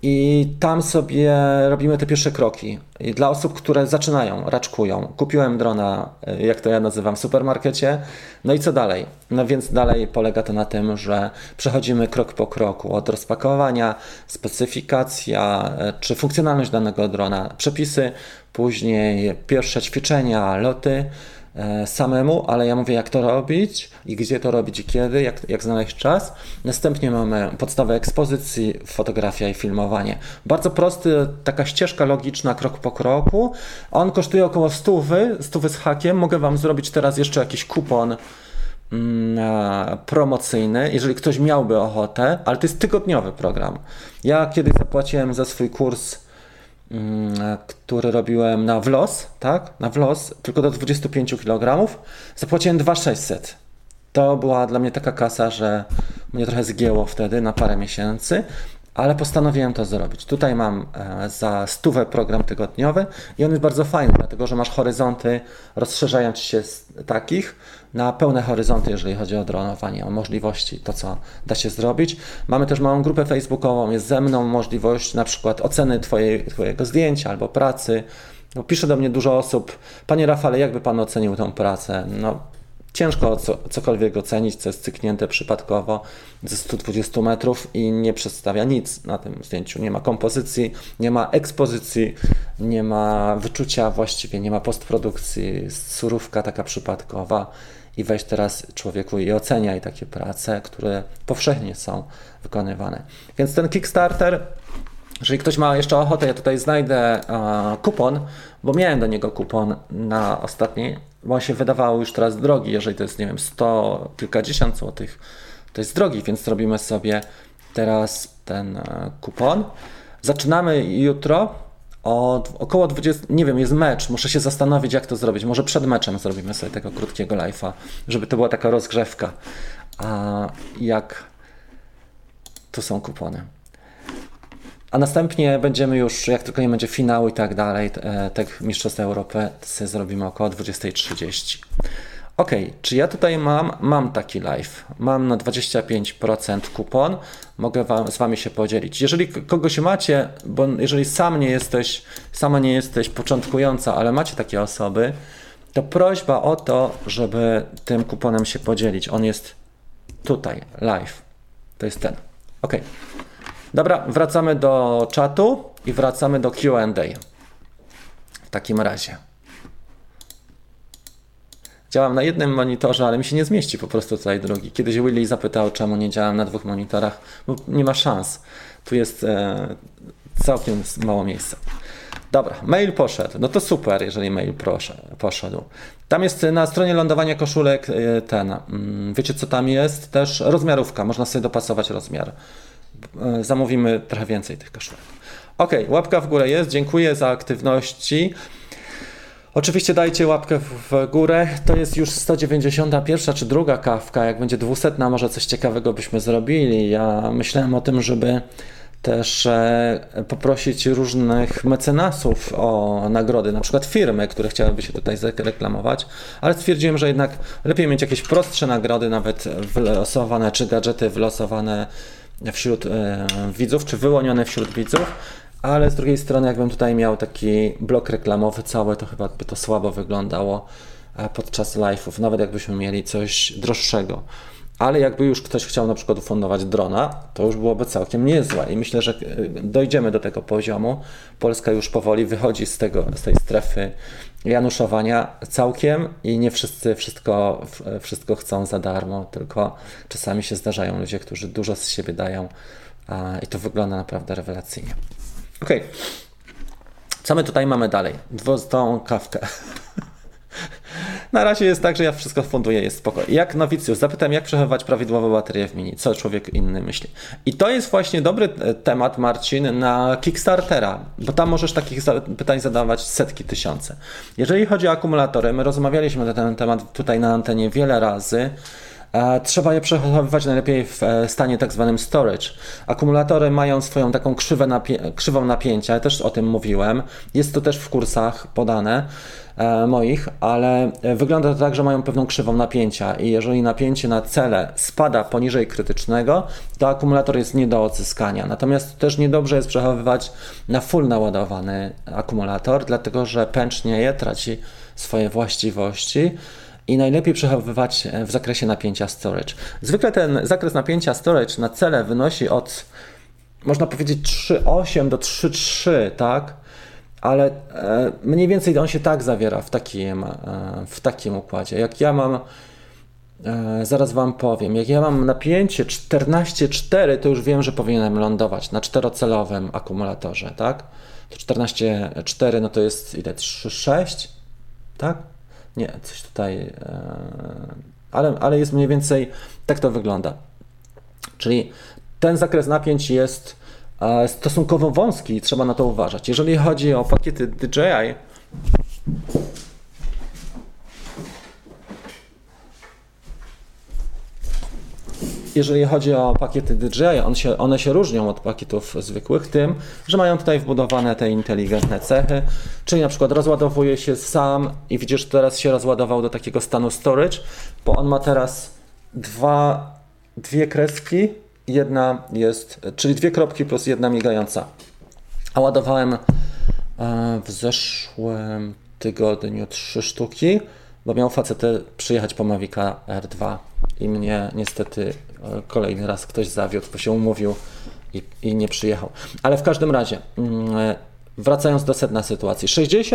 A: I tam sobie robimy te pierwsze kroki. I dla osób, które zaczynają, raczkują. Kupiłem drona, jak to ja nazywam, w supermarkecie. No i co dalej? No więc dalej polega to na tym, że przechodzimy krok po kroku. Od rozpakowania, specyfikacja, czy funkcjonalność danego drona, przepisy, później pierwsze ćwiczenia, loty samemu, ale ja mówię, jak to robić i gdzie to robić i kiedy, jak znaleźć czas. Następnie mamy podstawę ekspozycji, fotografia i filmowanie. Bardzo prosty, taka ścieżka logiczna, krok po kroku. On kosztuje około 100 z hakiem. Mogę Wam zrobić teraz jeszcze jakiś kupon promocyjny, jeżeli ktoś miałby ochotę, ale to jest tygodniowy program. Ja kiedyś zapłaciłem za swój kurs, który robiłem na wlos, tak? Na wlos, tylko do 25 kg, zapłaciłem 2600. To była dla mnie taka kasa, że mnie trochę zgięło wtedy na parę miesięcy, ale postanowiłem to zrobić. Tutaj mam za 100 program tygodniowy i on jest bardzo fajny, dlatego że masz horyzonty, rozszerzają ci się z takich na pełne horyzonty, jeżeli chodzi o dronowanie, o możliwości, to co da się zrobić. Mamy też małą grupę facebookową, jest ze mną możliwość na przykład oceny Twojego zdjęcia albo pracy. Bo pisze do mnie dużo osób: Panie Rafale, jakby Pan ocenił tą pracę? No, ciężko cokolwiek ocenić, co jest cyknięte przypadkowo ze 120 metrów i nie przedstawia nic na tym zdjęciu. Nie ma kompozycji, nie ma ekspozycji, nie ma wyczucia właściwie, nie ma postprodukcji, surówka taka przypadkowa. I weź teraz człowieku i oceniaj takie prace, które powszechnie są wykonywane. Więc ten Kickstarter, jeżeli ktoś ma jeszcze ochotę, ja tutaj znajdę kupon, bo miałem do niego kupon na ostatni, bo on się wydawał już teraz drogi, jeżeli to jest, nie wiem, 100 kilkadziesiąt złotych, to jest drogi, więc zrobimy sobie teraz ten kupon. Zaczynamy jutro od około 20, nie wiem, jest mecz, muszę się zastanowić, jak to zrobić. Może przed meczem zrobimy sobie tego krótkiego live'a, żeby to była taka rozgrzewka. A jak tu są kupony. A następnie będziemy już, jak tylko nie będzie finału i tak dalej, tych Mistrzostw Europy, sobie zrobimy około 20:30. Ok, czy ja tutaj mam taki live, mam na 25% kupon, mogę z Wami się podzielić. Jeżeli kogoś macie, bo jeżeli sama nie jesteś początkująca, ale macie takie osoby, to prośba o to, żeby tym kuponem się podzielić. On jest tutaj, live. To jest ten. Ok. Dobra, wracamy do czatu i wracamy do Q&A. W takim razie. Działam na jednym monitorze, ale mi się nie zmieści po prostu tutaj drugi. Kiedyś Willy zapytał, czemu nie działam na 2 monitorach, bo nie ma szans. Tu jest całkiem mało miejsca. Dobra, mail poszedł. No to super, jeżeli mail poszedł. Tam jest na stronie lądowania koszulek wiecie co tam jest? Też rozmiarówka, można sobie dopasować rozmiar. Zamówimy trochę więcej tych koszulek. Ok, łapka w górę jest, dziękuję za aktywności. Oczywiście dajcie łapkę w górę, to jest już 191 czy druga kawka, jak będzie 200, może coś ciekawego byśmy zrobili. Ja myślałem o tym, żeby też poprosić różnych mecenasów o nagrody, na przykład firmy, które chciałyby się tutaj zareklamować, ale stwierdziłem, że jednak lepiej mieć jakieś prostsze nagrody, nawet wylosowane, czy gadżety wylosowane wśród widzów, czy wyłonione wśród widzów, ale z drugiej strony jakbym tutaj miał taki blok reklamowy cały, to chyba by to słabo wyglądało podczas live'ów, nawet jakbyśmy mieli coś droższego. Ale jakby już ktoś chciał na przykład ufundować drona, to już byłoby całkiem niezłe i myślę, że dojdziemy do tego poziomu. Polska już powoli wychodzi z tej strefy januszowania całkiem i nie wszyscy wszystko chcą za darmo, tylko czasami się zdarzają ludzie, którzy dużo z siebie dają i to wygląda naprawdę rewelacyjnie. Ok, co my tutaj mamy dalej? Tą kawkę. Na razie jest tak, że ja wszystko funduję, jest spokojnie. Jak nowicjusz, zapytam, jak przechowywać prawidłowo baterię w Mini, co człowiek inny myśli. I to jest właśnie dobry temat, Marcin, na Kickstartera, bo tam możesz takich pytań zadawać setki, tysiące. Jeżeli chodzi o akumulatory, my rozmawialiśmy na ten temat tutaj na antenie wiele razy. Trzeba je przechowywać najlepiej w stanie tak zwanym storage. Akumulatory mają swoją taką krzywą napięcia, ja też o tym mówiłem. Jest to też w kursach podane moich, ale wygląda to tak, że mają pewną krzywą napięcia i jeżeli napięcie na cele spada poniżej krytycznego, to akumulator jest nie do odzyskania. Natomiast też niedobrze jest przechowywać na full naładowany akumulator, dlatego że pęcznieje, traci swoje właściwości. I najlepiej przechowywać w zakresie napięcia storage. Zwykle ten zakres napięcia storage na cele wynosi od, można powiedzieć, 3,8 do 3,3, tak? Ale mniej więcej on się tak zawiera w takim układzie. Jak ja mam, zaraz Wam powiem, jak ja mam napięcie 14,4, to już wiem, że powinienem lądować na czterocelowym akumulatorze, tak? To 14,4, no to jest ile? 3,6, tak? Nie, coś tutaj, ale jest mniej więcej, tak to wygląda. Czyli ten zakres napięć jest stosunkowo wąski i trzeba na to uważać. Jeżeli chodzi o pakiety DJI, one się różnią od pakietów zwykłych tym, że mają tutaj wbudowane te inteligentne cechy, czyli na przykład rozładowuje się sam i widzisz, teraz się rozładował do takiego stanu storage, bo on ma teraz dwie kreski, jedna jest, czyli dwie kropki plus jedna migająca. A ładowałem w zeszłym tygodniu 3 sztuki, bo miał facet przyjechać po Mavica R2 i mnie niestety kolejny raz ktoś zawiódł, bo się umówił i nie przyjechał. Ale w każdym razie, wracając do sedna sytuacji,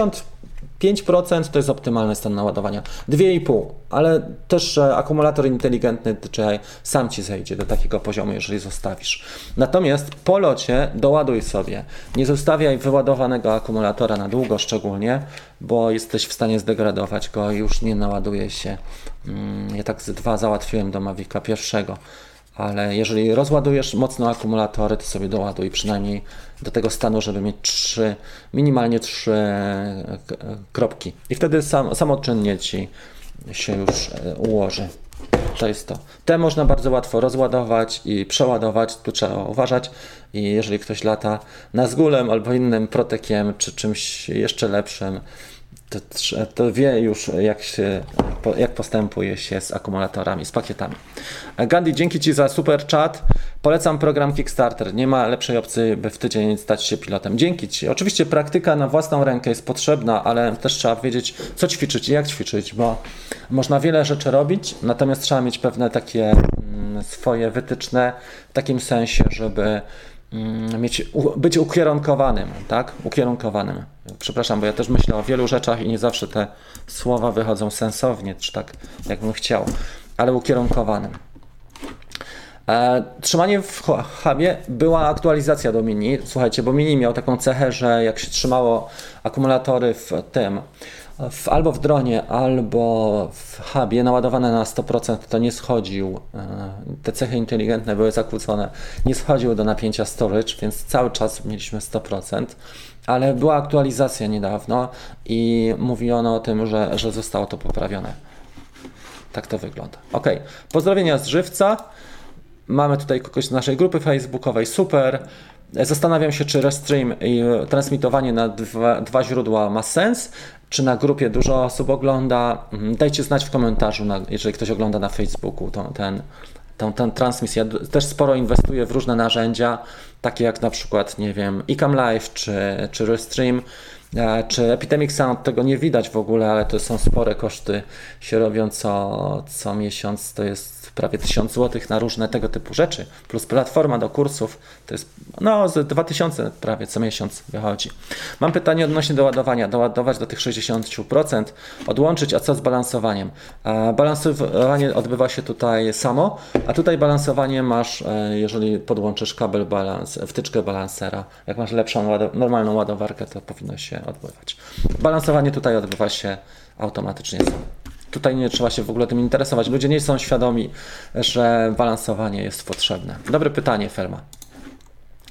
A: 65% to jest optymalny stan naładowania, 2,5%, ale też akumulator inteligentny DJI sam Ci zejdzie do takiego poziomu, jeżeli zostawisz. Natomiast po locie doładuj sobie, nie zostawiaj wyładowanego akumulatora na długo szczególnie, bo jesteś w stanie zdegradować go i już nie naładuje się. Ja tak z 2 załatwiłem do Mavica pierwszego. Ale jeżeli rozładujesz mocno akumulatory, to sobie doładuj przynajmniej do tego stanu, żeby mieć minimalnie 3 kropki. I wtedy samoczynnie Ci się już ułoży. To jest to. Te można bardzo łatwo rozładować i przeładować, tu trzeba uważać. I jeżeli ktoś lata Nazgulem albo innym Protekiem, czy czymś jeszcze lepszym, to wie już, jak postępuje się z akumulatorami, z pakietami. Gandhi, dzięki Ci za super chat. Polecam program Kickstarter. Nie ma lepszej opcji, by w tydzień stać się pilotem. Dzięki Ci. Oczywiście praktyka na własną rękę jest potrzebna, ale też trzeba wiedzieć, co ćwiczyć i jak ćwiczyć, bo można wiele rzeczy robić, natomiast trzeba mieć pewne takie swoje wytyczne w takim sensie, żeby być ukierunkowanym, tak? Ukierunkowanym. Przepraszam, bo ja też myślę o wielu rzeczach i nie zawsze te słowa wychodzą sensownie, czy tak, jakbym chciał, ale ukierunkowanym. Trzymanie w hubie była aktualizacja do Mini. Słuchajcie, bo Mini miał taką cechę, że jak się trzymało akumulatory albo w dronie, albo w hubie naładowane na 100%, to nie schodził, te cechy inteligentne były zakłócone, nie schodził do napięcia storage, więc cały czas mieliśmy 100%, ale była aktualizacja niedawno i mówiono o tym, że zostało to poprawione. Tak to wygląda. Ok, pozdrowienia z żywca. Mamy tutaj kogoś z naszej grupy facebookowej, super. Zastanawiam się, czy Restream i transmitowanie na dwa źródła ma sens, czy na grupie dużo osób ogląda. Dajcie znać w komentarzu, jeżeli ktoś ogląda na Facebooku tę transmisję. Ja też sporo inwestuję w różne narzędzia, takie jak na przykład, nie wiem, iCam Live czy Restream, czy Epidemic Sound. Tego nie widać w ogóle, ale to są spore koszty, się robią co miesiąc, to jest prawie 1000 zł na różne tego typu rzeczy, plus platforma do kursów, to jest z 2000 prawie co miesiąc wychodzi. Mam pytanie odnośnie doładowania. Doładować do tych 60%, odłączyć, a co z balansowaniem? Balansowanie odbywa się tutaj samo, a tutaj balansowanie masz, jeżeli podłączysz kabel wtyczkę balansera. Jak masz lepszą, normalną ładowarkę, to powinno się odbywać. Balansowanie tutaj odbywa się automatycznie samo. Tutaj nie trzeba się w ogóle tym interesować. Ludzie nie są świadomi, że balansowanie jest potrzebne. Dobre pytanie, Ferma.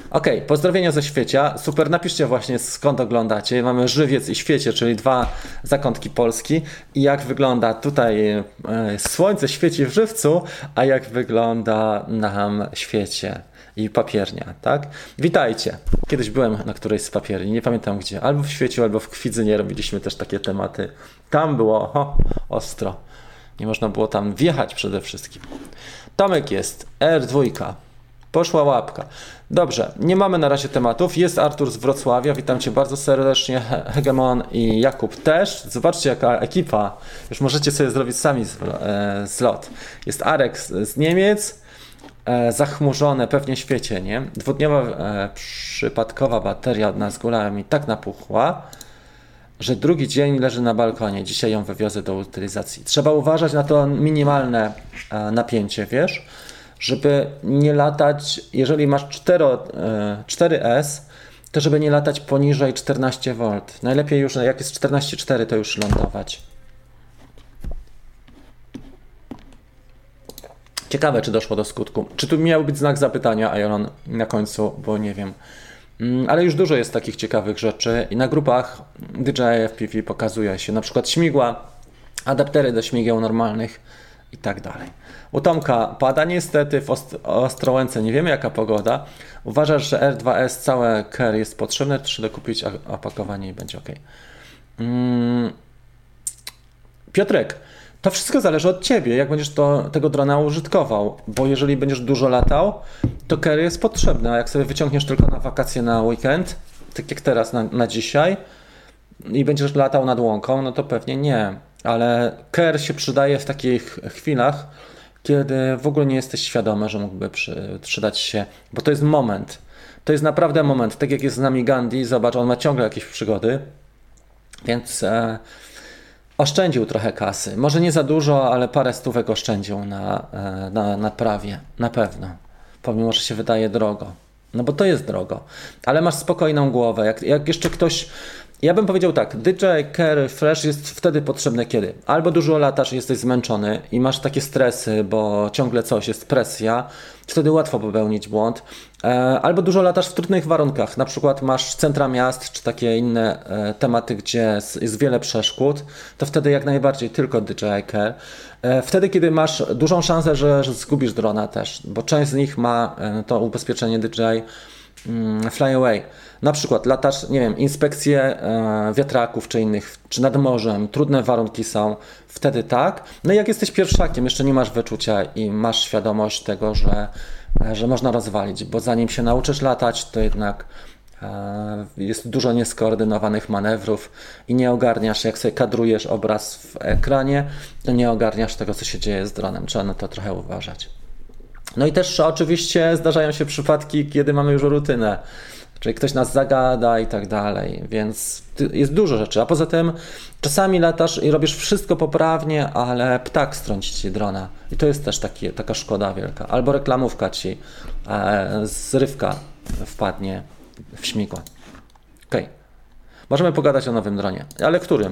A: Okej, pozdrowienia ze świecia. Super, napiszcie właśnie skąd oglądacie. Mamy Żywiec i Świecie, czyli dwa zakątki Polski. I jak wygląda tutaj słońce świeci w Żywcu, a jak wygląda nam świecie i papiernia, tak? Witajcie. Kiedyś byłem na którejś z papierni, nie pamiętam gdzie. Albo w Świeciu, albo w Kwidzynie robiliśmy też takie tematy. Tam było ostro. Nie można było tam wjechać przede wszystkim. Tomek jest, R2. Poszła łapka. Dobrze, nie mamy na razie tematów. Jest Artur z Wrocławia, witam Cię bardzo serdecznie. Hegemon i Jakub też. Zobaczcie jaka ekipa. Już możecie sobie zrobić sami zlot. Jest Arek z Niemiec. Zachmurzone, pewnie świecie, nie? Dwudniowa przypadkowa bateria od nas góra mi tak napuchła, że drugi dzień leży na balkonie. Dzisiaj ją wywiozę do utylizacji. Trzeba uważać na to minimalne napięcie, wiesz? Żeby nie latać, jeżeli masz 4S, to żeby nie latać poniżej 14V. Najlepiej już, jak jest 14,4, to już lądować. Ciekawe, czy doszło do skutku. Czy tu miał być znak zapytania, Iron, na końcu, bo nie wiem. Ale już dużo jest takich ciekawych rzeczy i na grupach DJI FPV pokazuje się na przykład śmigła, adaptery do śmigieł normalnych i tak dalej. U Tomka pada niestety, w Ostrołęce nie wiemy jaka pogoda. Uważasz, że R2S całe KER jest potrzebne, czy dokupić opakowanie i będzie ok? Piotrek, to wszystko zależy od Ciebie, jak będziesz tego drona użytkował, bo jeżeli będziesz dużo latał, to KER jest potrzebny, a jak sobie wyciągniesz tylko na wakacje na weekend, tak jak teraz na dzisiaj i będziesz latał nad łąką, no to pewnie nie, ale KER się przydaje w takich chwilach, kiedy w ogóle nie jesteś świadomy, że mógłby przydać się, bo to jest moment, to jest naprawdę moment, tak jak jest z nami Gandhi, zobacz, on ma ciągle jakieś przygody, więc oszczędził trochę kasy, może nie za dużo, ale parę stówek oszczędził na naprawie, na pewno, pomimo, że się wydaje drogo, no bo to jest drogo, ale masz spokojną głowę, jak jeszcze ktoś. Ja bym powiedział tak, DJI KER Fresh jest wtedy potrzebny kiedy? Albo dużo latasz i jesteś zmęczony i masz takie stresy, bo ciągle coś, jest presja, wtedy łatwo popełnić błąd. Albo dużo latasz w trudnych warunkach, na przykład masz centra miast czy takie inne tematy, gdzie jest wiele przeszkód, to wtedy jak najbardziej tylko DJI KER. Wtedy, kiedy masz dużą szansę, że zgubisz drona też, bo część z nich ma to ubezpieczenie DJI Fly Away. Na przykład latasz, nie wiem, inspekcje wiatraków czy innych, czy nad morzem, trudne warunki są, wtedy tak. No i jak jesteś pierwszakiem, jeszcze nie masz wyczucia i masz świadomość tego, że można rozwalić, bo zanim się nauczysz latać, to jednak jest dużo nieskoordynowanych manewrów i nie ogarniasz, jak sobie kadrujesz obraz w ekranie, to nie ogarniasz tego, co się dzieje z dronem. Trzeba na to trochę uważać. No i też oczywiście zdarzają się przypadki, kiedy mamy już rutynę, czyli ktoś nas zagada i tak dalej, więc jest dużo rzeczy, a poza tym czasami latasz i robisz wszystko poprawnie, ale ptak strąci ci drona i to jest też taka szkoda wielka, albo reklamówka ci, zrywka wpadnie w śmigło. Okej. Możemy pogadać o nowym dronie, ale którym?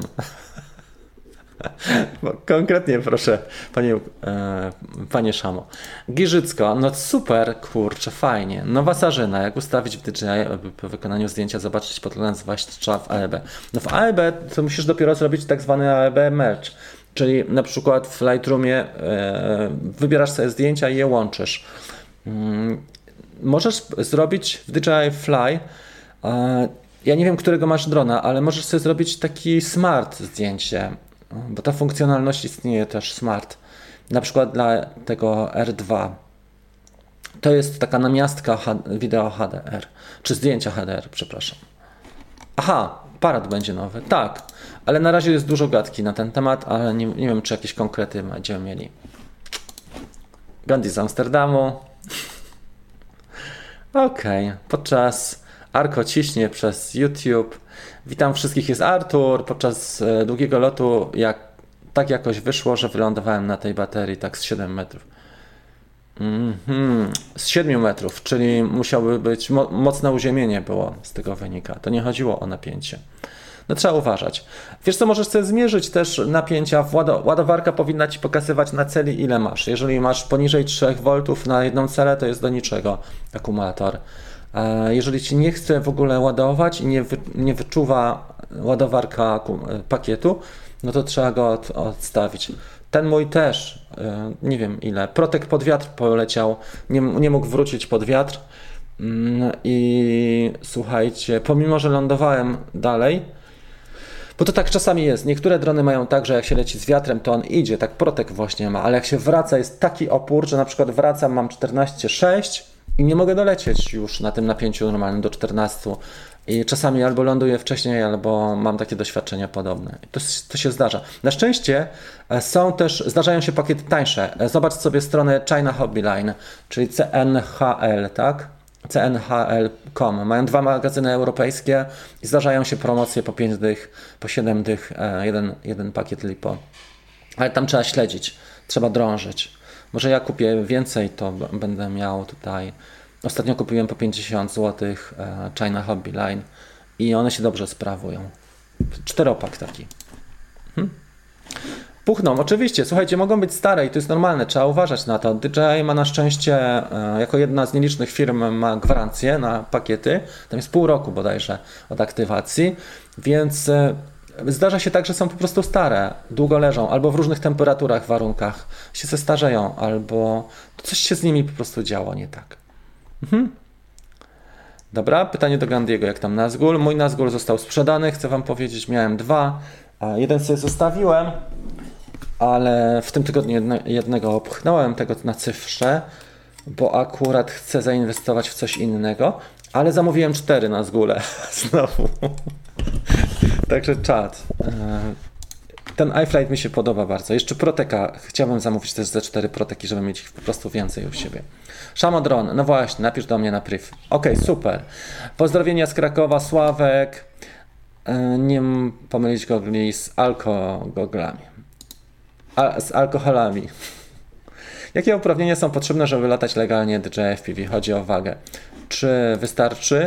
A: Konkretnie proszę, panie Szamo. Giżycko, no super, kurczę, fajnie. Nowa Sarzyna, jak ustawić w DJI, aby po wykonaniu zdjęcia zobaczyć podgląd, zwłaszcza w AEB. No w AEB to musisz dopiero zrobić tak zwany AEB merge, czyli na przykład w Lightroomie wybierasz sobie zdjęcia i je łączysz. Możesz zrobić w DJI Fly, ja nie wiem, którego masz drona, ale możesz sobie zrobić taki smart zdjęcie, bo ta funkcjonalność istnieje też smart. Na przykład dla tego R2. To jest taka namiastka wideo HDR, czy zdjęcia HDR, przepraszam. Aha, aparat będzie nowy, tak, ale na razie jest dużo gadki na ten temat, ale nie wiem, czy jakieś konkrety będziemy mieli. Gandhi z Amsterdamu. Okej, podczas Arko ciśnie przez YouTube. Witam wszystkich, jest Artur. Podczas długiego lotu tak jakoś wyszło, że wylądowałem na tej baterii tak z 7 metrów. Z 7 metrów, czyli musiałoby być mocne uziemienie było z tego wynika. To nie chodziło o napięcie. No trzeba uważać. Wiesz co, możesz sobie zmierzyć też napięcia. Ładowarka powinna ci pokazywać na celi ile masz. Jeżeli masz poniżej 3 V na jedną celę, to jest do niczego akumulator. Jeżeli ci nie chce w ogóle ładować i nie wyczuwa ładowarka pakietu, no to trzeba go odstawić. Ten mój też, nie wiem ile, protek pod wiatr poleciał, nie mógł wrócić pod wiatr i słuchajcie, pomimo że lądowałem dalej, bo to tak czasami jest, niektóre drony mają tak, że jak się leci z wiatrem, to on idzie, tak protek właśnie ma, ale jak się wraca, jest taki opór, że na przykład wracam, mam 14,6 i nie mogę dolecieć już na tym napięciu normalnym do 14. I czasami albo ląduję wcześniej, albo mam takie doświadczenia podobne. To się zdarza. Na szczęście zdarzają się pakiety tańsze. Zobacz sobie stronę China Hobby Line, czyli CNHL, tak? cnhl.com. Mają 2 magazyny europejskie i zdarzają się promocje po 5 dych, po 7 dych, jeden pakiet LiPo. Ale tam trzeba śledzić, trzeba drążyć. Może ja kupię więcej, to będę miał tutaj. Ostatnio kupiłem po 50 zł China Hobby Line i one się dobrze sprawują. 4-pak taki. Puchną, oczywiście, słuchajcie, mogą być stare i to jest normalne, trzeba uważać na to. DJI ma na szczęście, jako jedna z nielicznych firm, ma gwarancję na pakiety, tam jest pół roku bodajże od aktywacji, więc zdarza się tak, że są po prostu stare, długo leżą, albo w różnych temperaturach, warunkach się zestarzeją, albo coś się z nimi po prostu działo nie tak. Dobra, pytanie do Grandiego, jak tam Nazgul? Mój Nazgul został sprzedany, chcę wam powiedzieć, miałem 2, a jeden sobie zostawiłem, ale w tym tygodniu jednego opchnąłem, tego na cyfrze, bo akurat chcę zainwestować w coś innego, ale zamówiłem 4 Nazgule znowu. Także czad. Ten iFlight mi się podoba bardzo. Jeszcze Proteka. Chciałbym zamówić też ze 4 Proteki, żeby mieć ich po prostu więcej u siebie. Shamodron. No właśnie, napisz do mnie na priv. Okej, super. Pozdrowienia z Krakowa, Sławek. Nie pomylić gogli z alkogoglami. Z alkoholami. Jakie uprawnienia są potrzebne, żeby latać legalnie DJI FPV? Chodzi o wagę. Czy wystarczy?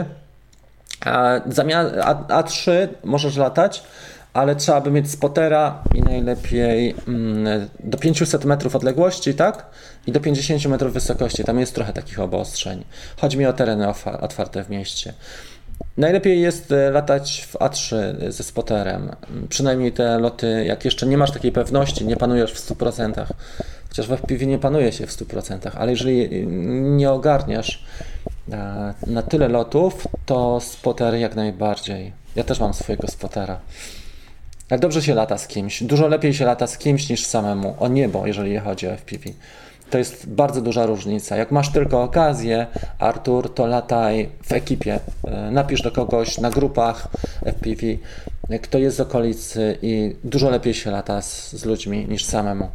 A: A3 możesz latać, ale trzeba by mieć spotera i najlepiej do 500 metrów odległości, tak? I do 50 metrów wysokości. Tam jest trochę takich obostrzeń. Chodzi mi o tereny otwarte w mieście. Najlepiej jest latać w A3 ze spoterem. Przynajmniej te loty, jak jeszcze nie masz takiej pewności, nie panujesz w 100%. Chociaż w FPV nie panuje się w 100%, ale jeżeli nie ogarniasz na tyle lotów, to spoter jak najbardziej. Ja też mam swojego spotera. Jak dobrze się lata z kimś, dużo lepiej się lata z kimś niż samemu. O niebo, jeżeli chodzi o FPV. To jest bardzo duża różnica. Jak masz tylko okazję, Artur, to lataj w ekipie. Napisz do kogoś na grupach FPV, kto jest z okolicy i dużo lepiej się lata z ludźmi niż samemu.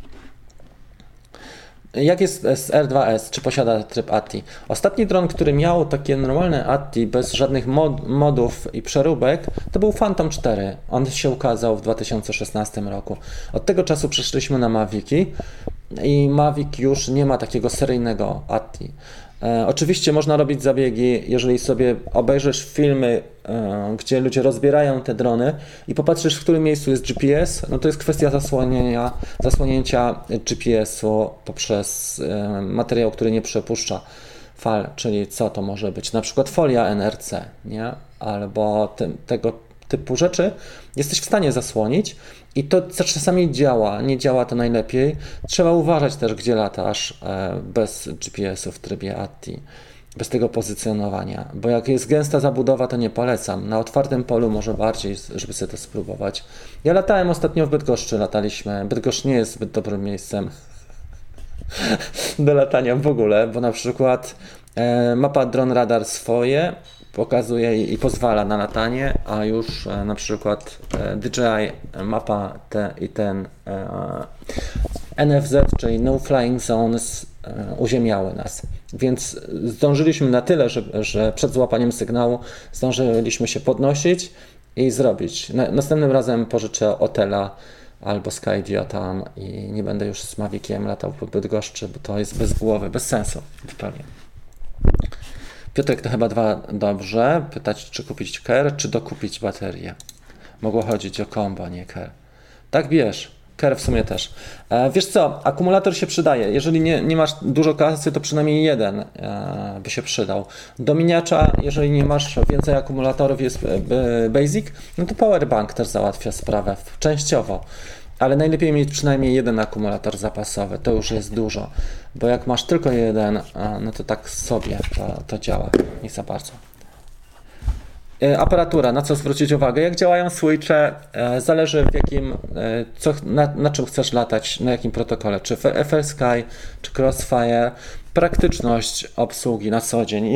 A: Jak jest z R2S? Czy posiada tryb ATI? Ostatni dron, który miał takie normalne ATI bez żadnych modów i przeróbek, to był Phantom 4. On się ukazał w 2016 roku. Od tego czasu przeszliśmy na Maviki i Mavic już nie ma takiego seryjnego ATI. Oczywiście można robić zabiegi, jeżeli sobie obejrzysz filmy, gdzie ludzie rozbierają te drony i popatrzysz, w którym miejscu jest GPS, no to jest kwestia zasłonięcia GPS-u poprzez materiał, który nie przepuszcza fal, czyli co to może być? Na przykład folia NRC, nie? Albo tego typu rzeczy jesteś w stanie zasłonić i to czasami działa, nie działa to najlepiej. Trzeba uważać też, gdzie latasz bez GPS-u w trybie ATI, bez tego pozycjonowania, bo jak jest gęsta zabudowa, to nie polecam. Na otwartym polu może bardziej, żeby sobie to spróbować. Ja latałem ostatnio w Bydgoszczy, lataliśmy. Bydgoszcz nie jest zbyt dobrym miejscem do latania w ogóle, bo na przykład mapa Drone Radar swoje pokazuje i pozwala na latanie, a już na przykład DJI mapa ten NFZ, czyli No Flying Zones, uziemiały nas. Więc zdążyliśmy na tyle, że przed złapaniem sygnału zdążyliśmy się podnosić i zrobić. Następnym razem pożyczę Otela albo Skydio tam i nie będę już z Maviciem latał po Bydgoszczy, bo to jest bez głowy, bez sensu. Zupełnie. Piotrek, to chyba 2 dobrze. Pytać, czy kupić KER, czy dokupić baterię. Mogło chodzić o combo, nie KER. Tak bierz. Care w sumie też. Wiesz co, akumulator się przydaje. Jeżeli nie masz dużo kasy, to przynajmniej jeden by się przydał. Do miniacza, jeżeli nie masz więcej akumulatorów, jest basic, no to powerbank też załatwia sprawę częściowo. Ale najlepiej mieć przynajmniej jeden akumulator zapasowy, to już jest dużo. Bo jak masz tylko jeden, no to tak sobie to działa, nie za bardzo. Aparatura, na co zwrócić uwagę? Jak działają switche, zależy w jakim, na czym chcesz latać, na jakim protokole, czy FrSky, czy Crossfire, praktyczność obsługi na co dzień.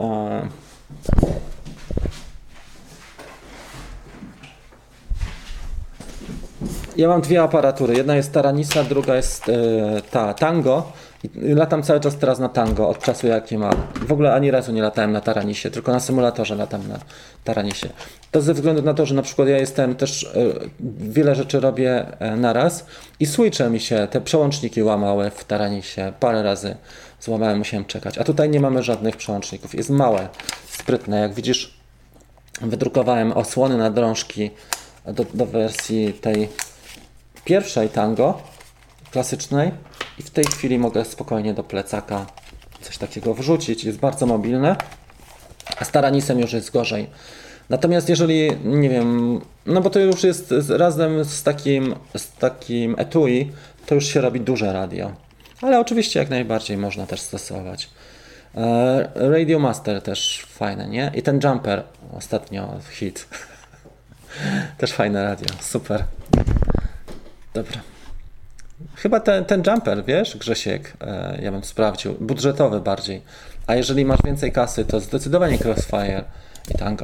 A: Ja mam dwie aparatury, jedna jest Taranisa, druga jest ta Tango. I latam cały czas teraz na Tango, od czasu jak nie ma. W ogóle ani razu nie latałem na Taranisie, tylko na symulatorze latam na Taranisie. To ze względu na to, że na przykład ja jestem też, wiele rzeczy robię naraz i switche mi się, te przełączniki łamały w Taranisie. Parę razy złamałem, musiałem czekać. A tutaj nie mamy żadnych przełączników. Jest małe, sprytne. Jak widzisz, wydrukowałem osłony na drążki do wersji tej pierwszej Tango, klasycznej. I w tej chwili mogę spokojnie do plecaka coś takiego wrzucić. Jest bardzo mobilne, a z Taranisem już jest gorzej. Natomiast jeżeli, nie wiem, no bo to już jest razem z takim etui, to już się robi duże radio. Ale oczywiście jak najbardziej można też stosować. Radio Master też fajne, nie? I ten Jumper ostatnio hit. Też fajne radio, super. Dobra. Chyba ten Jumper, wiesz, Grzesiek, ja bym sprawdził, budżetowy bardziej. A jeżeli masz więcej kasy, to zdecydowanie Crossfire i Tango.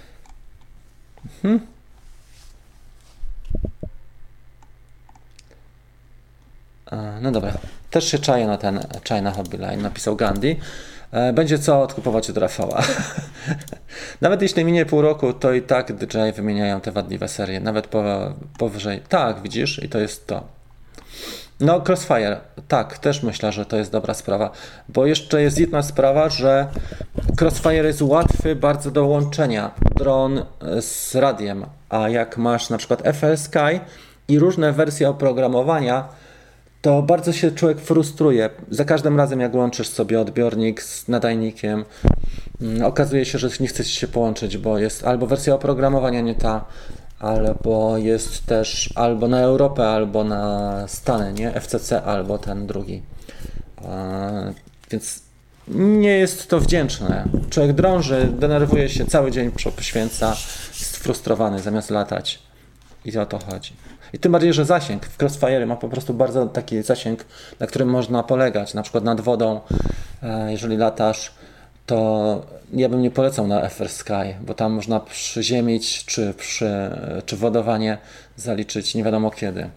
A: No dobra, też się czaję na ten China Hobby Line, napisał Gandhi. Będzie co odkupować od Rafała. Nawet jeśli minie pół roku, to i tak DJI wymieniają te wadliwe serie, nawet powyżej. Tak, widzisz, i to jest to. No, Crossfire, tak, też myślę, że to jest dobra sprawa, bo jeszcze jest jedna sprawa, że Crossfire jest łatwy bardzo do łączenia, dron z radiem, a jak masz na przykład FrSky i różne wersje oprogramowania, to bardzo się człowiek frustruje. Za każdym razem, jak łączysz sobie odbiornik z nadajnikiem, okazuje się, że nie chce ci się połączyć, bo jest albo wersja oprogramowania nie ta, albo jest też albo na Europę, albo na Stany, nie? FCC, albo ten drugi. Więc nie jest to wdzięczne. Człowiek drąży, denerwuje się, cały dzień poświęca, jest frustrowany zamiast latać. I o to chodzi. I tym bardziej, że zasięg w Crossfire ma po prostu bardzo taki zasięg, na którym można polegać, na przykład nad wodą, jeżeli latasz, to ja bym nie polecał na FrSky, bo tam można przyziemić czy wodowanie zaliczyć nie wiadomo kiedy.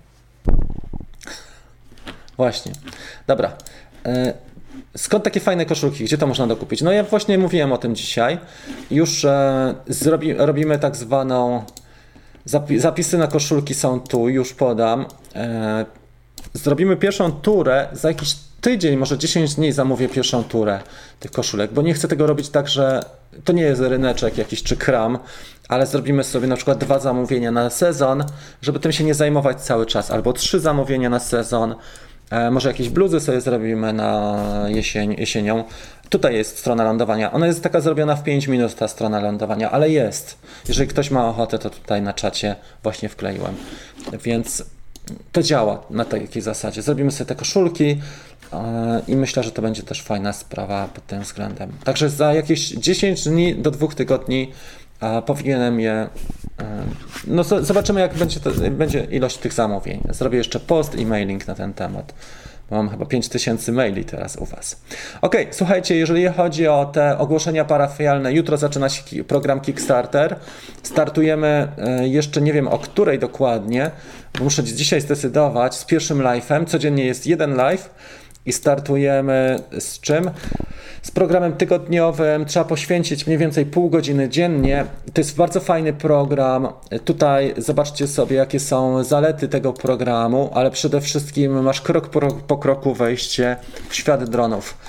A: Właśnie. Dobra. Skąd takie fajne koszulki? Gdzie to można dokupić? No ja właśnie mówiłem o tym dzisiaj. Już robimy tak zwaną... Zapisy na koszulki są tu, już podam. Zrobimy pierwszą turę za jakiś tydzień, może 10 dni zamówię pierwszą turę tych koszulek, bo nie chcę tego robić tak, że to nie jest ryneczek jakiś czy kram, ale zrobimy sobie na przykład 2 zamówienia na sezon, żeby tym się nie zajmować cały czas, albo 3 zamówienia na sezon. Może jakieś bluzy sobie zrobimy na jesienią. Tutaj jest strona lądowania. Ona jest taka zrobiona w 5 minut, ta strona lądowania, ale jest. Jeżeli ktoś ma ochotę, to tutaj na czacie właśnie wkleiłem. Więc to działa na takiej zasadzie. Zrobimy sobie te koszulki i myślę, że to będzie też fajna sprawa pod tym względem. Także za jakieś 10 dni do 2 tygodni powinienem je... No zobaczymy, jak będzie ilość tych zamówień. Zrobię jeszcze post i mailing na ten temat. Mam chyba 5000 maili teraz u Was. Ok, słuchajcie, jeżeli chodzi o te ogłoszenia parafialne, jutro zaczyna się program Kickstarter. Startujemy, jeszcze nie wiem o której dokładnie, bo muszę dzisiaj zdecydować, z pierwszym live'em. Codziennie jest jeden live i startujemy z czym? Z programem tygodniowym. Trzeba poświęcić mniej więcej pół godziny dziennie. To jest bardzo fajny program. Tutaj zobaczcie sobie, jakie są zalety tego programu, ale przede wszystkim masz krok po kroku wejście w świat dronów.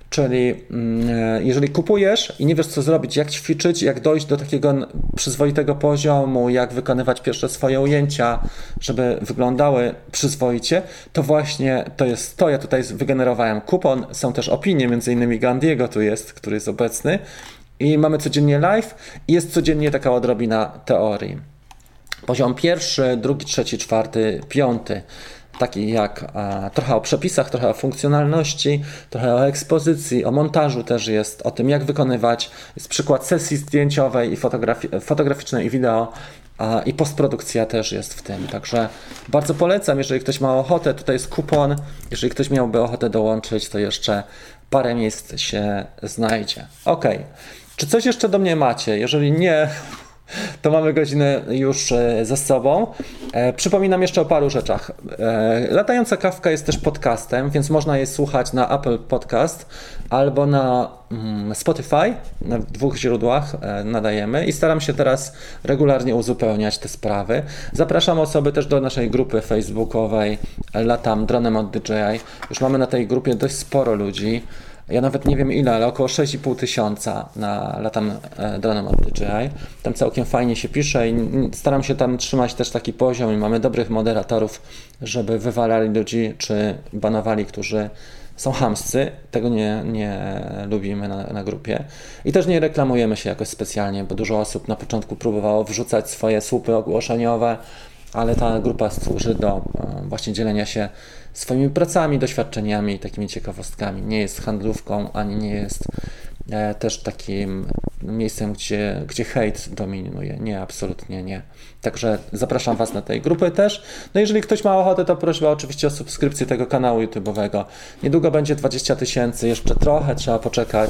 A: Czyli jeżeli kupujesz i nie wiesz co zrobić, jak ćwiczyć, jak dojść do takiego przyzwoitego poziomu, jak wykonywać pierwsze swoje ujęcia, żeby wyglądały przyzwoicie, to właśnie to jest to. Ja tutaj wygenerowałem kupon, są też opinie, między innymi Gandiego tu jest, który jest obecny i mamy codziennie live i jest codziennie taka odrobina teorii. Poziom pierwszy, drugi, trzeci, czwarty, piąty. Taki jak trochę o przepisach, trochę o funkcjonalności, trochę o ekspozycji, o montażu też jest, o tym jak wykonywać. Jest przykład sesji zdjęciowej i fotograficznej i wideo i postprodukcja też jest w tym. Także bardzo polecam, jeżeli ktoś ma ochotę, tutaj jest kupon. Jeżeli ktoś miałby ochotę dołączyć, to jeszcze parę miejsc się znajdzie. Ok. Czy coś jeszcze do mnie macie? Jeżeli nie, to mamy godzinę już ze sobą. Przypominam jeszcze o paru rzeczach. Latająca kawka jest też podcastem, więc można je słuchać na Apple Podcast albo na Spotify. Na 2 źródłach nadajemy i staram się teraz regularnie uzupełniać te sprawy. Zapraszam osoby też do naszej grupy facebookowej Latam dronem od DJI. Już mamy na tej grupie dość sporo ludzi. Ja nawet nie wiem ile, ale około 6,5 tysiąca na Latam dronem od DJI. Tam całkiem fajnie się pisze i staram się tam trzymać też taki poziom i mamy dobrych moderatorów, żeby wywalali ludzi czy banowali, którzy są chamscy. Tego nie lubimy na grupie. I też nie reklamujemy się jakoś specjalnie, bo dużo osób na początku próbowało wrzucać swoje słupy ogłoszeniowe, ale ta grupa służy do właśnie dzielenia się swoimi pracami, doświadczeniami, takimi ciekawostkami. Nie jest handlówką, ani nie jest też takim miejscem, gdzie hejt dominuje. Nie, absolutnie nie. Także zapraszam Was na tej grupy też. No jeżeli ktoś ma ochotę, to prośba oczywiście o subskrypcję tego kanału YouTube'owego. Niedługo będzie 20 tysięcy, jeszcze trochę trzeba poczekać.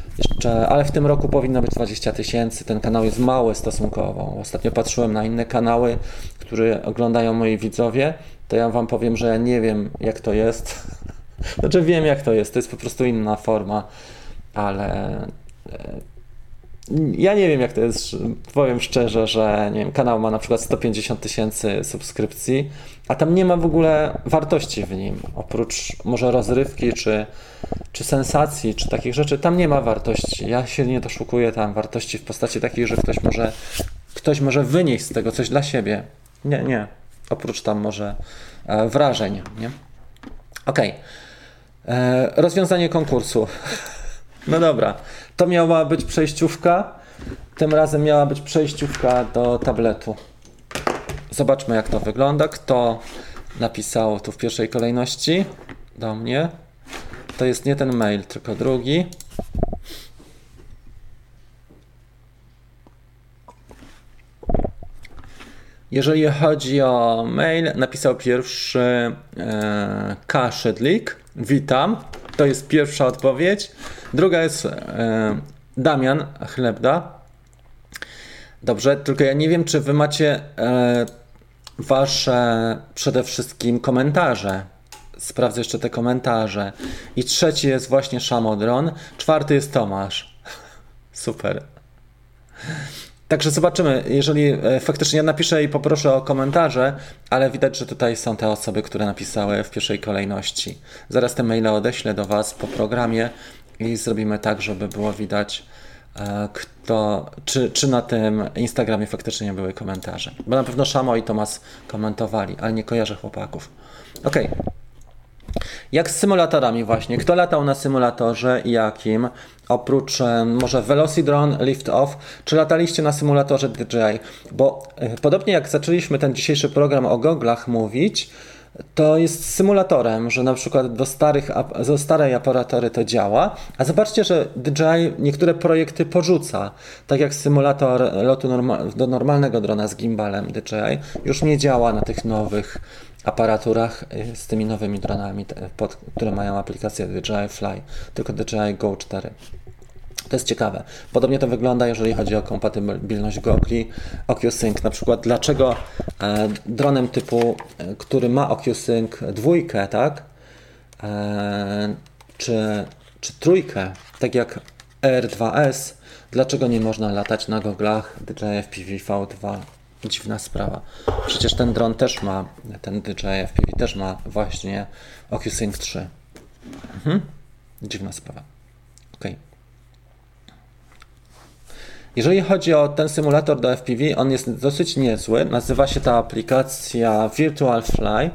A: Ale w tym roku powinno być 20 tysięcy. Ten kanał jest mały stosunkowo. Ostatnio patrzyłem na inne kanały, które oglądają moi widzowie. To ja Wam powiem, że ja nie wiem jak to jest. Znaczy wiem jak to jest po prostu inna forma, ale ja nie wiem jak to jest, powiem szczerze, że nie wiem, kanał ma na przykład 150 tysięcy subskrypcji, a tam nie ma w ogóle wartości w nim, oprócz może rozrywki, czy sensacji, czy takich rzeczy, tam nie ma wartości. Ja się nie doszukuję tam wartości w postaci takiej, że ktoś może wynieść z tego coś dla siebie. Nie. Oprócz tam może wrażeń, nie? Okej. Rozwiązanie konkursu. No dobra, to miała być przejściówka. Tym razem miała być przejściówka do tabletu. Zobaczmy jak to wygląda. Kto napisał tu w pierwszej kolejności do mnie? To jest nie ten mail, tylko drugi. Jeżeli chodzi o mail, napisał pierwszy K. Szydlik. Witam. To jest pierwsza odpowiedź. Druga jest Damian Chlebda. Dobrze, tylko ja nie wiem, czy wy macie wasze przede wszystkim komentarze. Sprawdzę jeszcze te komentarze. I trzeci jest właśnie Szamodron. Czwarty jest Tomasz. Super. Także zobaczymy, jeżeli faktycznie ja napiszę i poproszę o komentarze, ale widać, że tutaj są te osoby, które napisały w pierwszej kolejności. Zaraz te maile odeślę do Was po programie i zrobimy tak, żeby było widać, czy na tym Instagramie faktycznie były komentarze. Bo na pewno Szamo i Tomas komentowali, ale nie kojarzę chłopaków. Okej. Jak z symulatorami właśnie? Kto latał na symulatorze i jakim? Oprócz może Velocidrone, Lift Off, czy lataliście na symulatorze DJI? Bo podobnie jak zaczęliśmy ten dzisiejszy program o goglach mówić, to jest symulatorem, że na przykład do starej aparatury to działa, a zobaczcie, że DJI niektóre projekty porzuca, tak jak symulator lotu do normalnego drona z gimbalem DJI już nie działa na tych nowych aparaturach z tymi nowymi dronami, które mają aplikację DJI Fly, tylko DJI Go 4. To jest ciekawe. Podobnie to wygląda, jeżeli chodzi o kompatybilność gogli, OcuSync. Na przykład dlaczego dronem typu, który ma OcuSync 2, tak? Czy 3, tak jak R2S, dlaczego nie można latać na goglach DJI FPV V2? Dziwna sprawa. Przecież ten dron też ma, ten DJI FPV też ma właśnie OcuSync 3. Dziwna sprawa. Ok. Jeżeli chodzi o ten symulator do FPV, on jest dosyć niezły. Nazywa się ta aplikacja Virtual Fly.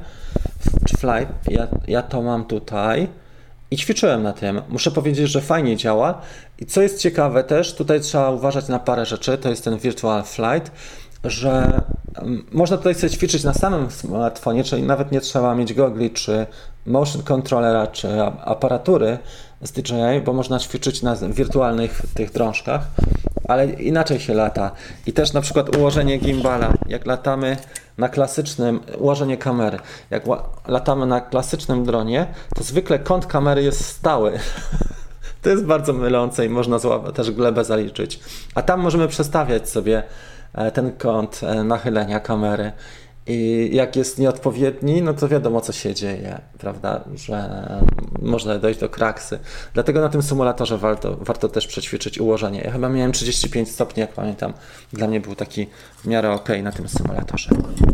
A: Ja to mam tutaj i ćwiczyłem na tym. Muszę powiedzieć, że fajnie działa. I co jest ciekawe też, tutaj trzeba uważać na parę rzeczy. To jest ten Virtual Flight, że można tutaj sobie ćwiczyć na samym smartfonie, czyli nawet nie trzeba mieć gogli, czy motion controllera, czy aparatury z DJI, bo można ćwiczyć na wirtualnych tych drążkach, ale inaczej się lata. I też na przykład ułożenie gimbala, jak latamy na klasycznym, ułożenie kamery, jak latamy na klasycznym dronie, to zwykle kąt kamery jest stały. To jest bardzo mylące i można też glebę zaliczyć. A tam możemy przestawiać sobie ten kąt nachylenia kamery i jak jest nieodpowiedni, no to wiadomo co się dzieje, prawda, że można dojść do kraksy. Dlatego na tym symulatorze warto też przećwiczyć ułożenie. Ja chyba miałem 35 stopni, jak pamiętam. Dla mnie był taki w miarę ok na tym symulatorze.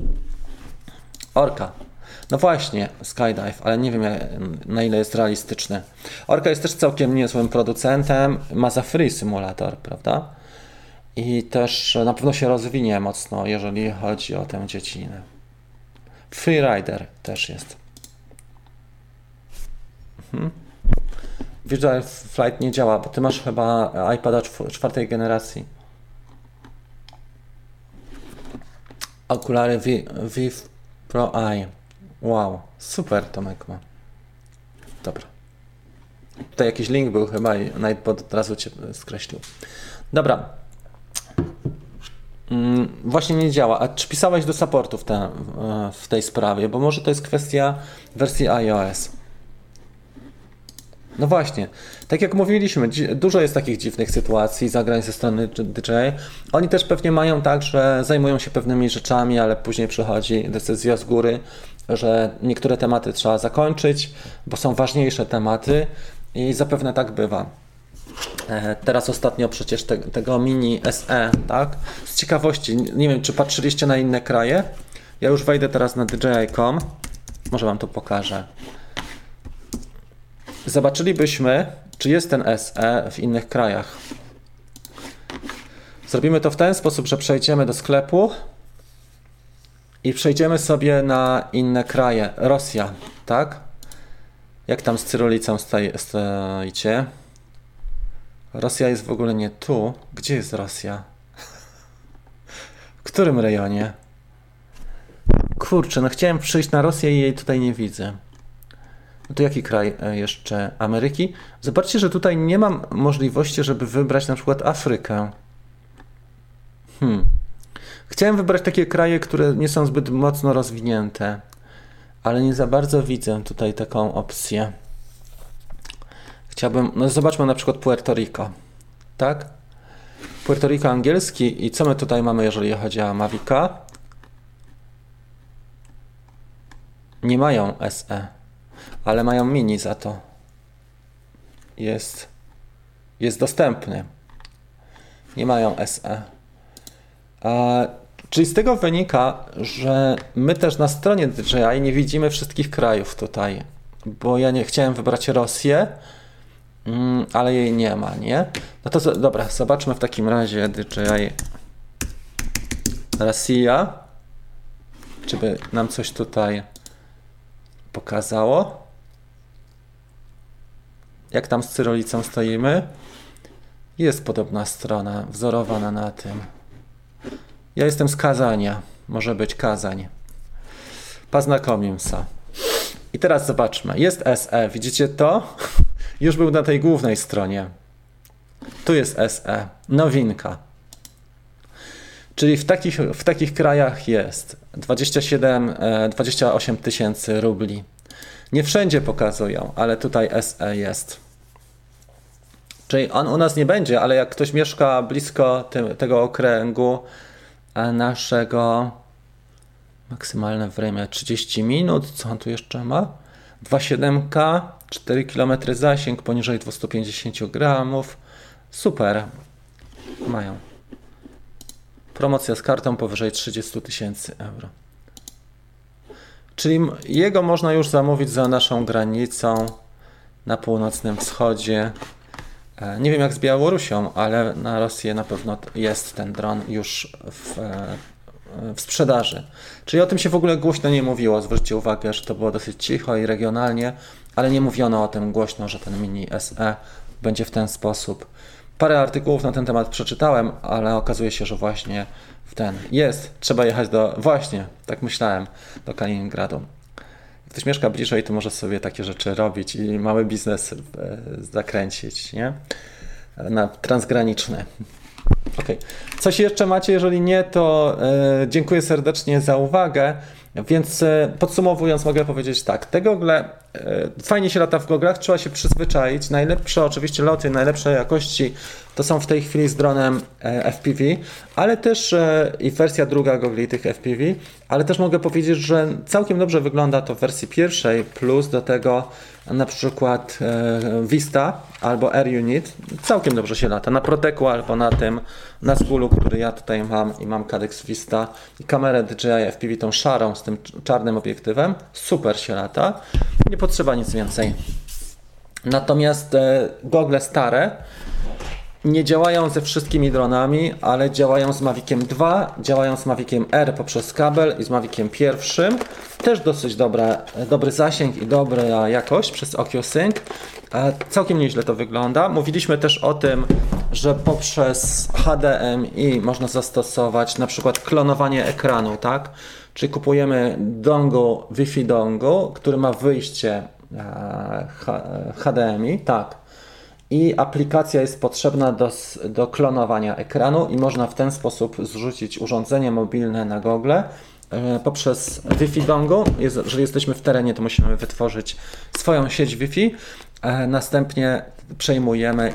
A: Orca. No właśnie, Skydive, ale nie wiem na ile jest realistyczny. Orca jest też całkiem niezłym producentem, ma za free symulator, prawda? I też na pewno się rozwinie mocno, jeżeli chodzi o tę dziedzinę. Freerider też jest. Virtual Flight nie działa, bo ty masz chyba iPada 4. generacji. Okulary Vive Pro Eye. Wow, super Tomek ma. Dobra. Tutaj jakiś link był chyba i Nightbot od razu cię skreślił. Dobra. Właśnie nie działa. A czy pisałeś do supportu w tej sprawie? Bo może to jest kwestia wersji iOS. No właśnie, tak jak mówiliśmy, dużo jest takich dziwnych sytuacji, zagrań ze strony DJI. Oni też pewnie mają tak, że zajmują się pewnymi rzeczami, ale później przychodzi decyzja z góry, że niektóre tematy trzeba zakończyć, bo są ważniejsze tematy i zapewne tak bywa. Teraz ostatnio przecież tego mini SE, tak? Z ciekawości, nie wiem, czy patrzyliście na inne kraje? Ja już wejdę teraz na DJI.com, może wam to pokażę. Zobaczylibyśmy, czy jest ten SE w innych krajach. Zrobimy to w ten sposób, że przejdziemy do sklepu i przejdziemy sobie na inne kraje. Rosja, tak? Jak tam z cyrylicą stoicie? Rosja jest w ogóle nie tu. Gdzie jest Rosja? W którym rejonie? Kurczę, no chciałem przyjść na Rosję i jej tutaj nie widzę. No to jaki kraj jeszcze? Ameryki? Zobaczcie, że tutaj nie mam możliwości, żeby wybrać na przykład Afrykę. Chciałem wybrać takie kraje, które nie są zbyt mocno rozwinięte, ale nie za bardzo widzę tutaj taką opcję. Chciałbym, no zobaczmy na przykład Puerto Rico, tak? Puerto Rico angielski i co my tutaj mamy, jeżeli chodzi o Mavica? Nie mają SE, ale mają mini za to. Jest dostępny. Nie mają SE. Czyli z tego wynika, że my też na stronie DJI nie widzimy wszystkich krajów tutaj, bo ja nie chciałem wybrać Rosję, ale jej nie ma, nie? No to dobra, zobaczmy w takim razie DJI Rosja, czy by nam coś tutaj pokazało. Jak tam z cyrylicą stoimy? Jest podobna strona, wzorowana na tym. Ja jestem z Kazania, może być Kazań. Poznakomimся. I teraz zobaczmy, jest SE, widzicie to? Już był na tej głównej stronie. Tu jest SE, nowinka. Czyli w takich krajach jest 28 tysięcy rubli. Nie wszędzie pokazują, ale tutaj SE jest. Czyli on u nas nie będzie, ale jak ktoś mieszka blisko tego okręgu naszego, maksymalne время 30 minut, co on tu jeszcze ma? 2,7K, 4 km zasięg, poniżej 250 gramów. Super. Mają. Promocja z kartą powyżej 30 tysięcy euro. Czyli jego można już zamówić za naszą granicą na północnym wschodzie. Nie wiem jak z Białorusią, ale na Rosję na pewno jest ten dron już w sprzedaży. Czyli o tym się w ogóle głośno nie mówiło. Zwróćcie uwagę, że to było dosyć cicho i regionalnie, ale nie mówiono o tym głośno, że ten Mini SE będzie w ten sposób. Parę artykułów na ten temat przeczytałem, ale okazuje się, że właśnie trzeba jechać właśnie, tak myślałem, do Kaliningradu. Jak ktoś mieszka bliżej, to może sobie takie rzeczy robić i mały biznes zakręcić, nie? Transgraniczny. Okay. Coś jeszcze macie? Jeżeli nie, to dziękuję serdecznie za uwagę. Więc podsumowując, mogę powiedzieć tak. Te gogle, fajnie się lata w goglach, trzeba się przyzwyczaić. Najlepsze oczywiście loty, najlepszej jakości to są w tej chwili z dronem FPV, ale też i wersja druga gogli tych FPV, ale też mogę powiedzieć, że całkiem dobrze wygląda to w wersji pierwszej, plus do tego na przykład Vista albo Air Unit. Całkiem dobrze się lata. Na Proteku albo na Zgulu, który ja tutaj mam i mam Cadex Vista i kamerę DJI FPV tą szarą z tym czarnym obiektywem. Super się lata. Nie potrzeba nic więcej. Natomiast gogle stare nie działają ze wszystkimi dronami, ale działają z Maviciem 2, działają z Maviciem R poprzez kabel i z Maviciem pierwszym. Też dosyć dobry zasięg i dobra jakość przez OcuSync. Całkiem nieźle to wygląda. Mówiliśmy też o tym, że poprzez HDMI można zastosować na przykład klonowanie ekranu, tak? Czyli kupujemy dongle, Wi-Fi dongle, który ma wyjście HDMI, tak. I aplikacja jest potrzebna do klonowania ekranu i można w ten sposób zrzucić urządzenie mobilne na gogle poprzez Wi-Fi dongle. Jeżeli jesteśmy w terenie, to musimy wytworzyć swoją sieć Wi-Fi. Następnie przejmujemy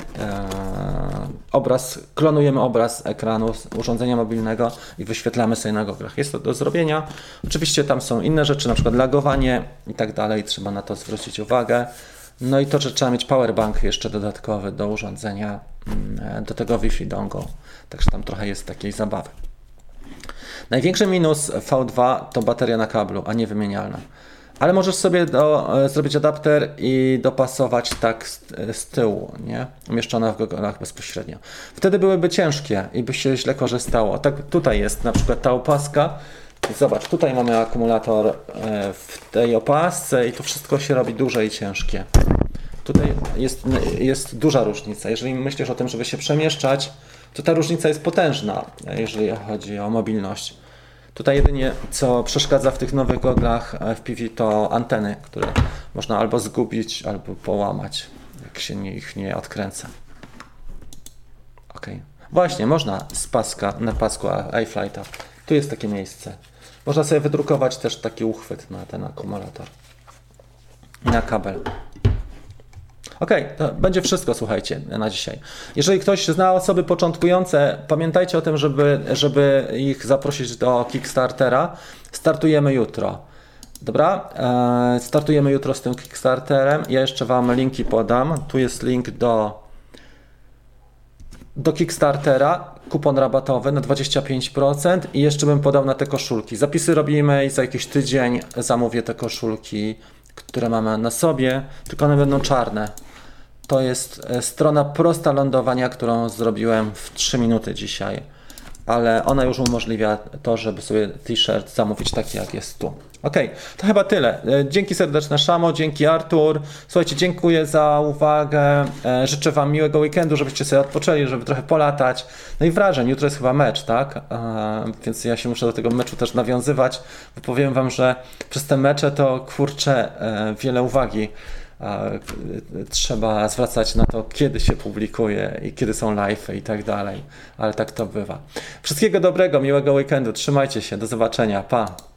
A: klonujemy obraz ekranu z urządzenia mobilnego i wyświetlamy sobie na goglach. Jest to do zrobienia. Oczywiście tam są inne rzeczy, na przykład lagowanie i tak dalej. Trzeba na to zwrócić uwagę. No i to, że trzeba mieć powerbank jeszcze dodatkowy do urządzenia, do tego Wi-Fi dongle. Także tam trochę jest takiej zabawy. Największy minus V2 to bateria na kablu, a nie wymienialna. Ale możesz sobie zrobić adapter i dopasować tak z tyłu, nie? Umieszczona w goglach bezpośrednio. Wtedy byłyby ciężkie i by się źle korzystało. Tak tutaj jest na przykład ta opaska. I zobacz, tutaj mamy akumulator w tej opasce i to wszystko się robi duże i ciężkie. Tutaj jest duża różnica. Jeżeli myślisz o tym, żeby się przemieszczać, to ta różnica jest potężna, jeżeli chodzi o mobilność. Tutaj jedynie co przeszkadza w tych nowych goglach FPV to anteny, które można albo zgubić, albo połamać, jak się ich nie odkręca. Ok. Właśnie, można na pasku iFlighta. Tu jest takie miejsce. Można sobie wydrukować też taki uchwyt na ten akumulator i na kabel. Ok, to będzie wszystko, słuchajcie, na dzisiaj. Jeżeli ktoś zna osoby początkujące, pamiętajcie o tym, żeby ich zaprosić do Kickstartera. Startujemy jutro. Dobra? Startujemy jutro z tym Kickstarterem. Ja jeszcze Wam linki podam. Tu jest link do Kickstartera, kupon rabatowy na 25% i jeszcze bym podał na te koszulki. Zapisy robimy i za jakiś tydzień zamówię te koszulki, które mamy na sobie, tylko one będą czarne. To jest strona prosta lądowania, którą zrobiłem w 3 minuty dzisiaj, ale ona już umożliwia to, żeby sobie t-shirt zamówić taki, jak jest tu. Ok, to chyba tyle. Dzięki serdeczne Szamo, dzięki Artur. Słuchajcie, dziękuję za uwagę. Życzę Wam miłego weekendu, żebyście sobie odpoczęli, żeby trochę polatać. No i wrażeń, jutro jest chyba mecz, tak? Więc ja się muszę do tego meczu też nawiązywać, bo powiem Wam, że przez te mecze to kurczę wiele uwagi trzeba zwracać na to, kiedy się publikuje i kiedy są live'y i tak dalej, ale tak to bywa. Wszystkiego dobrego, miłego weekendu, trzymajcie się, do zobaczenia, pa!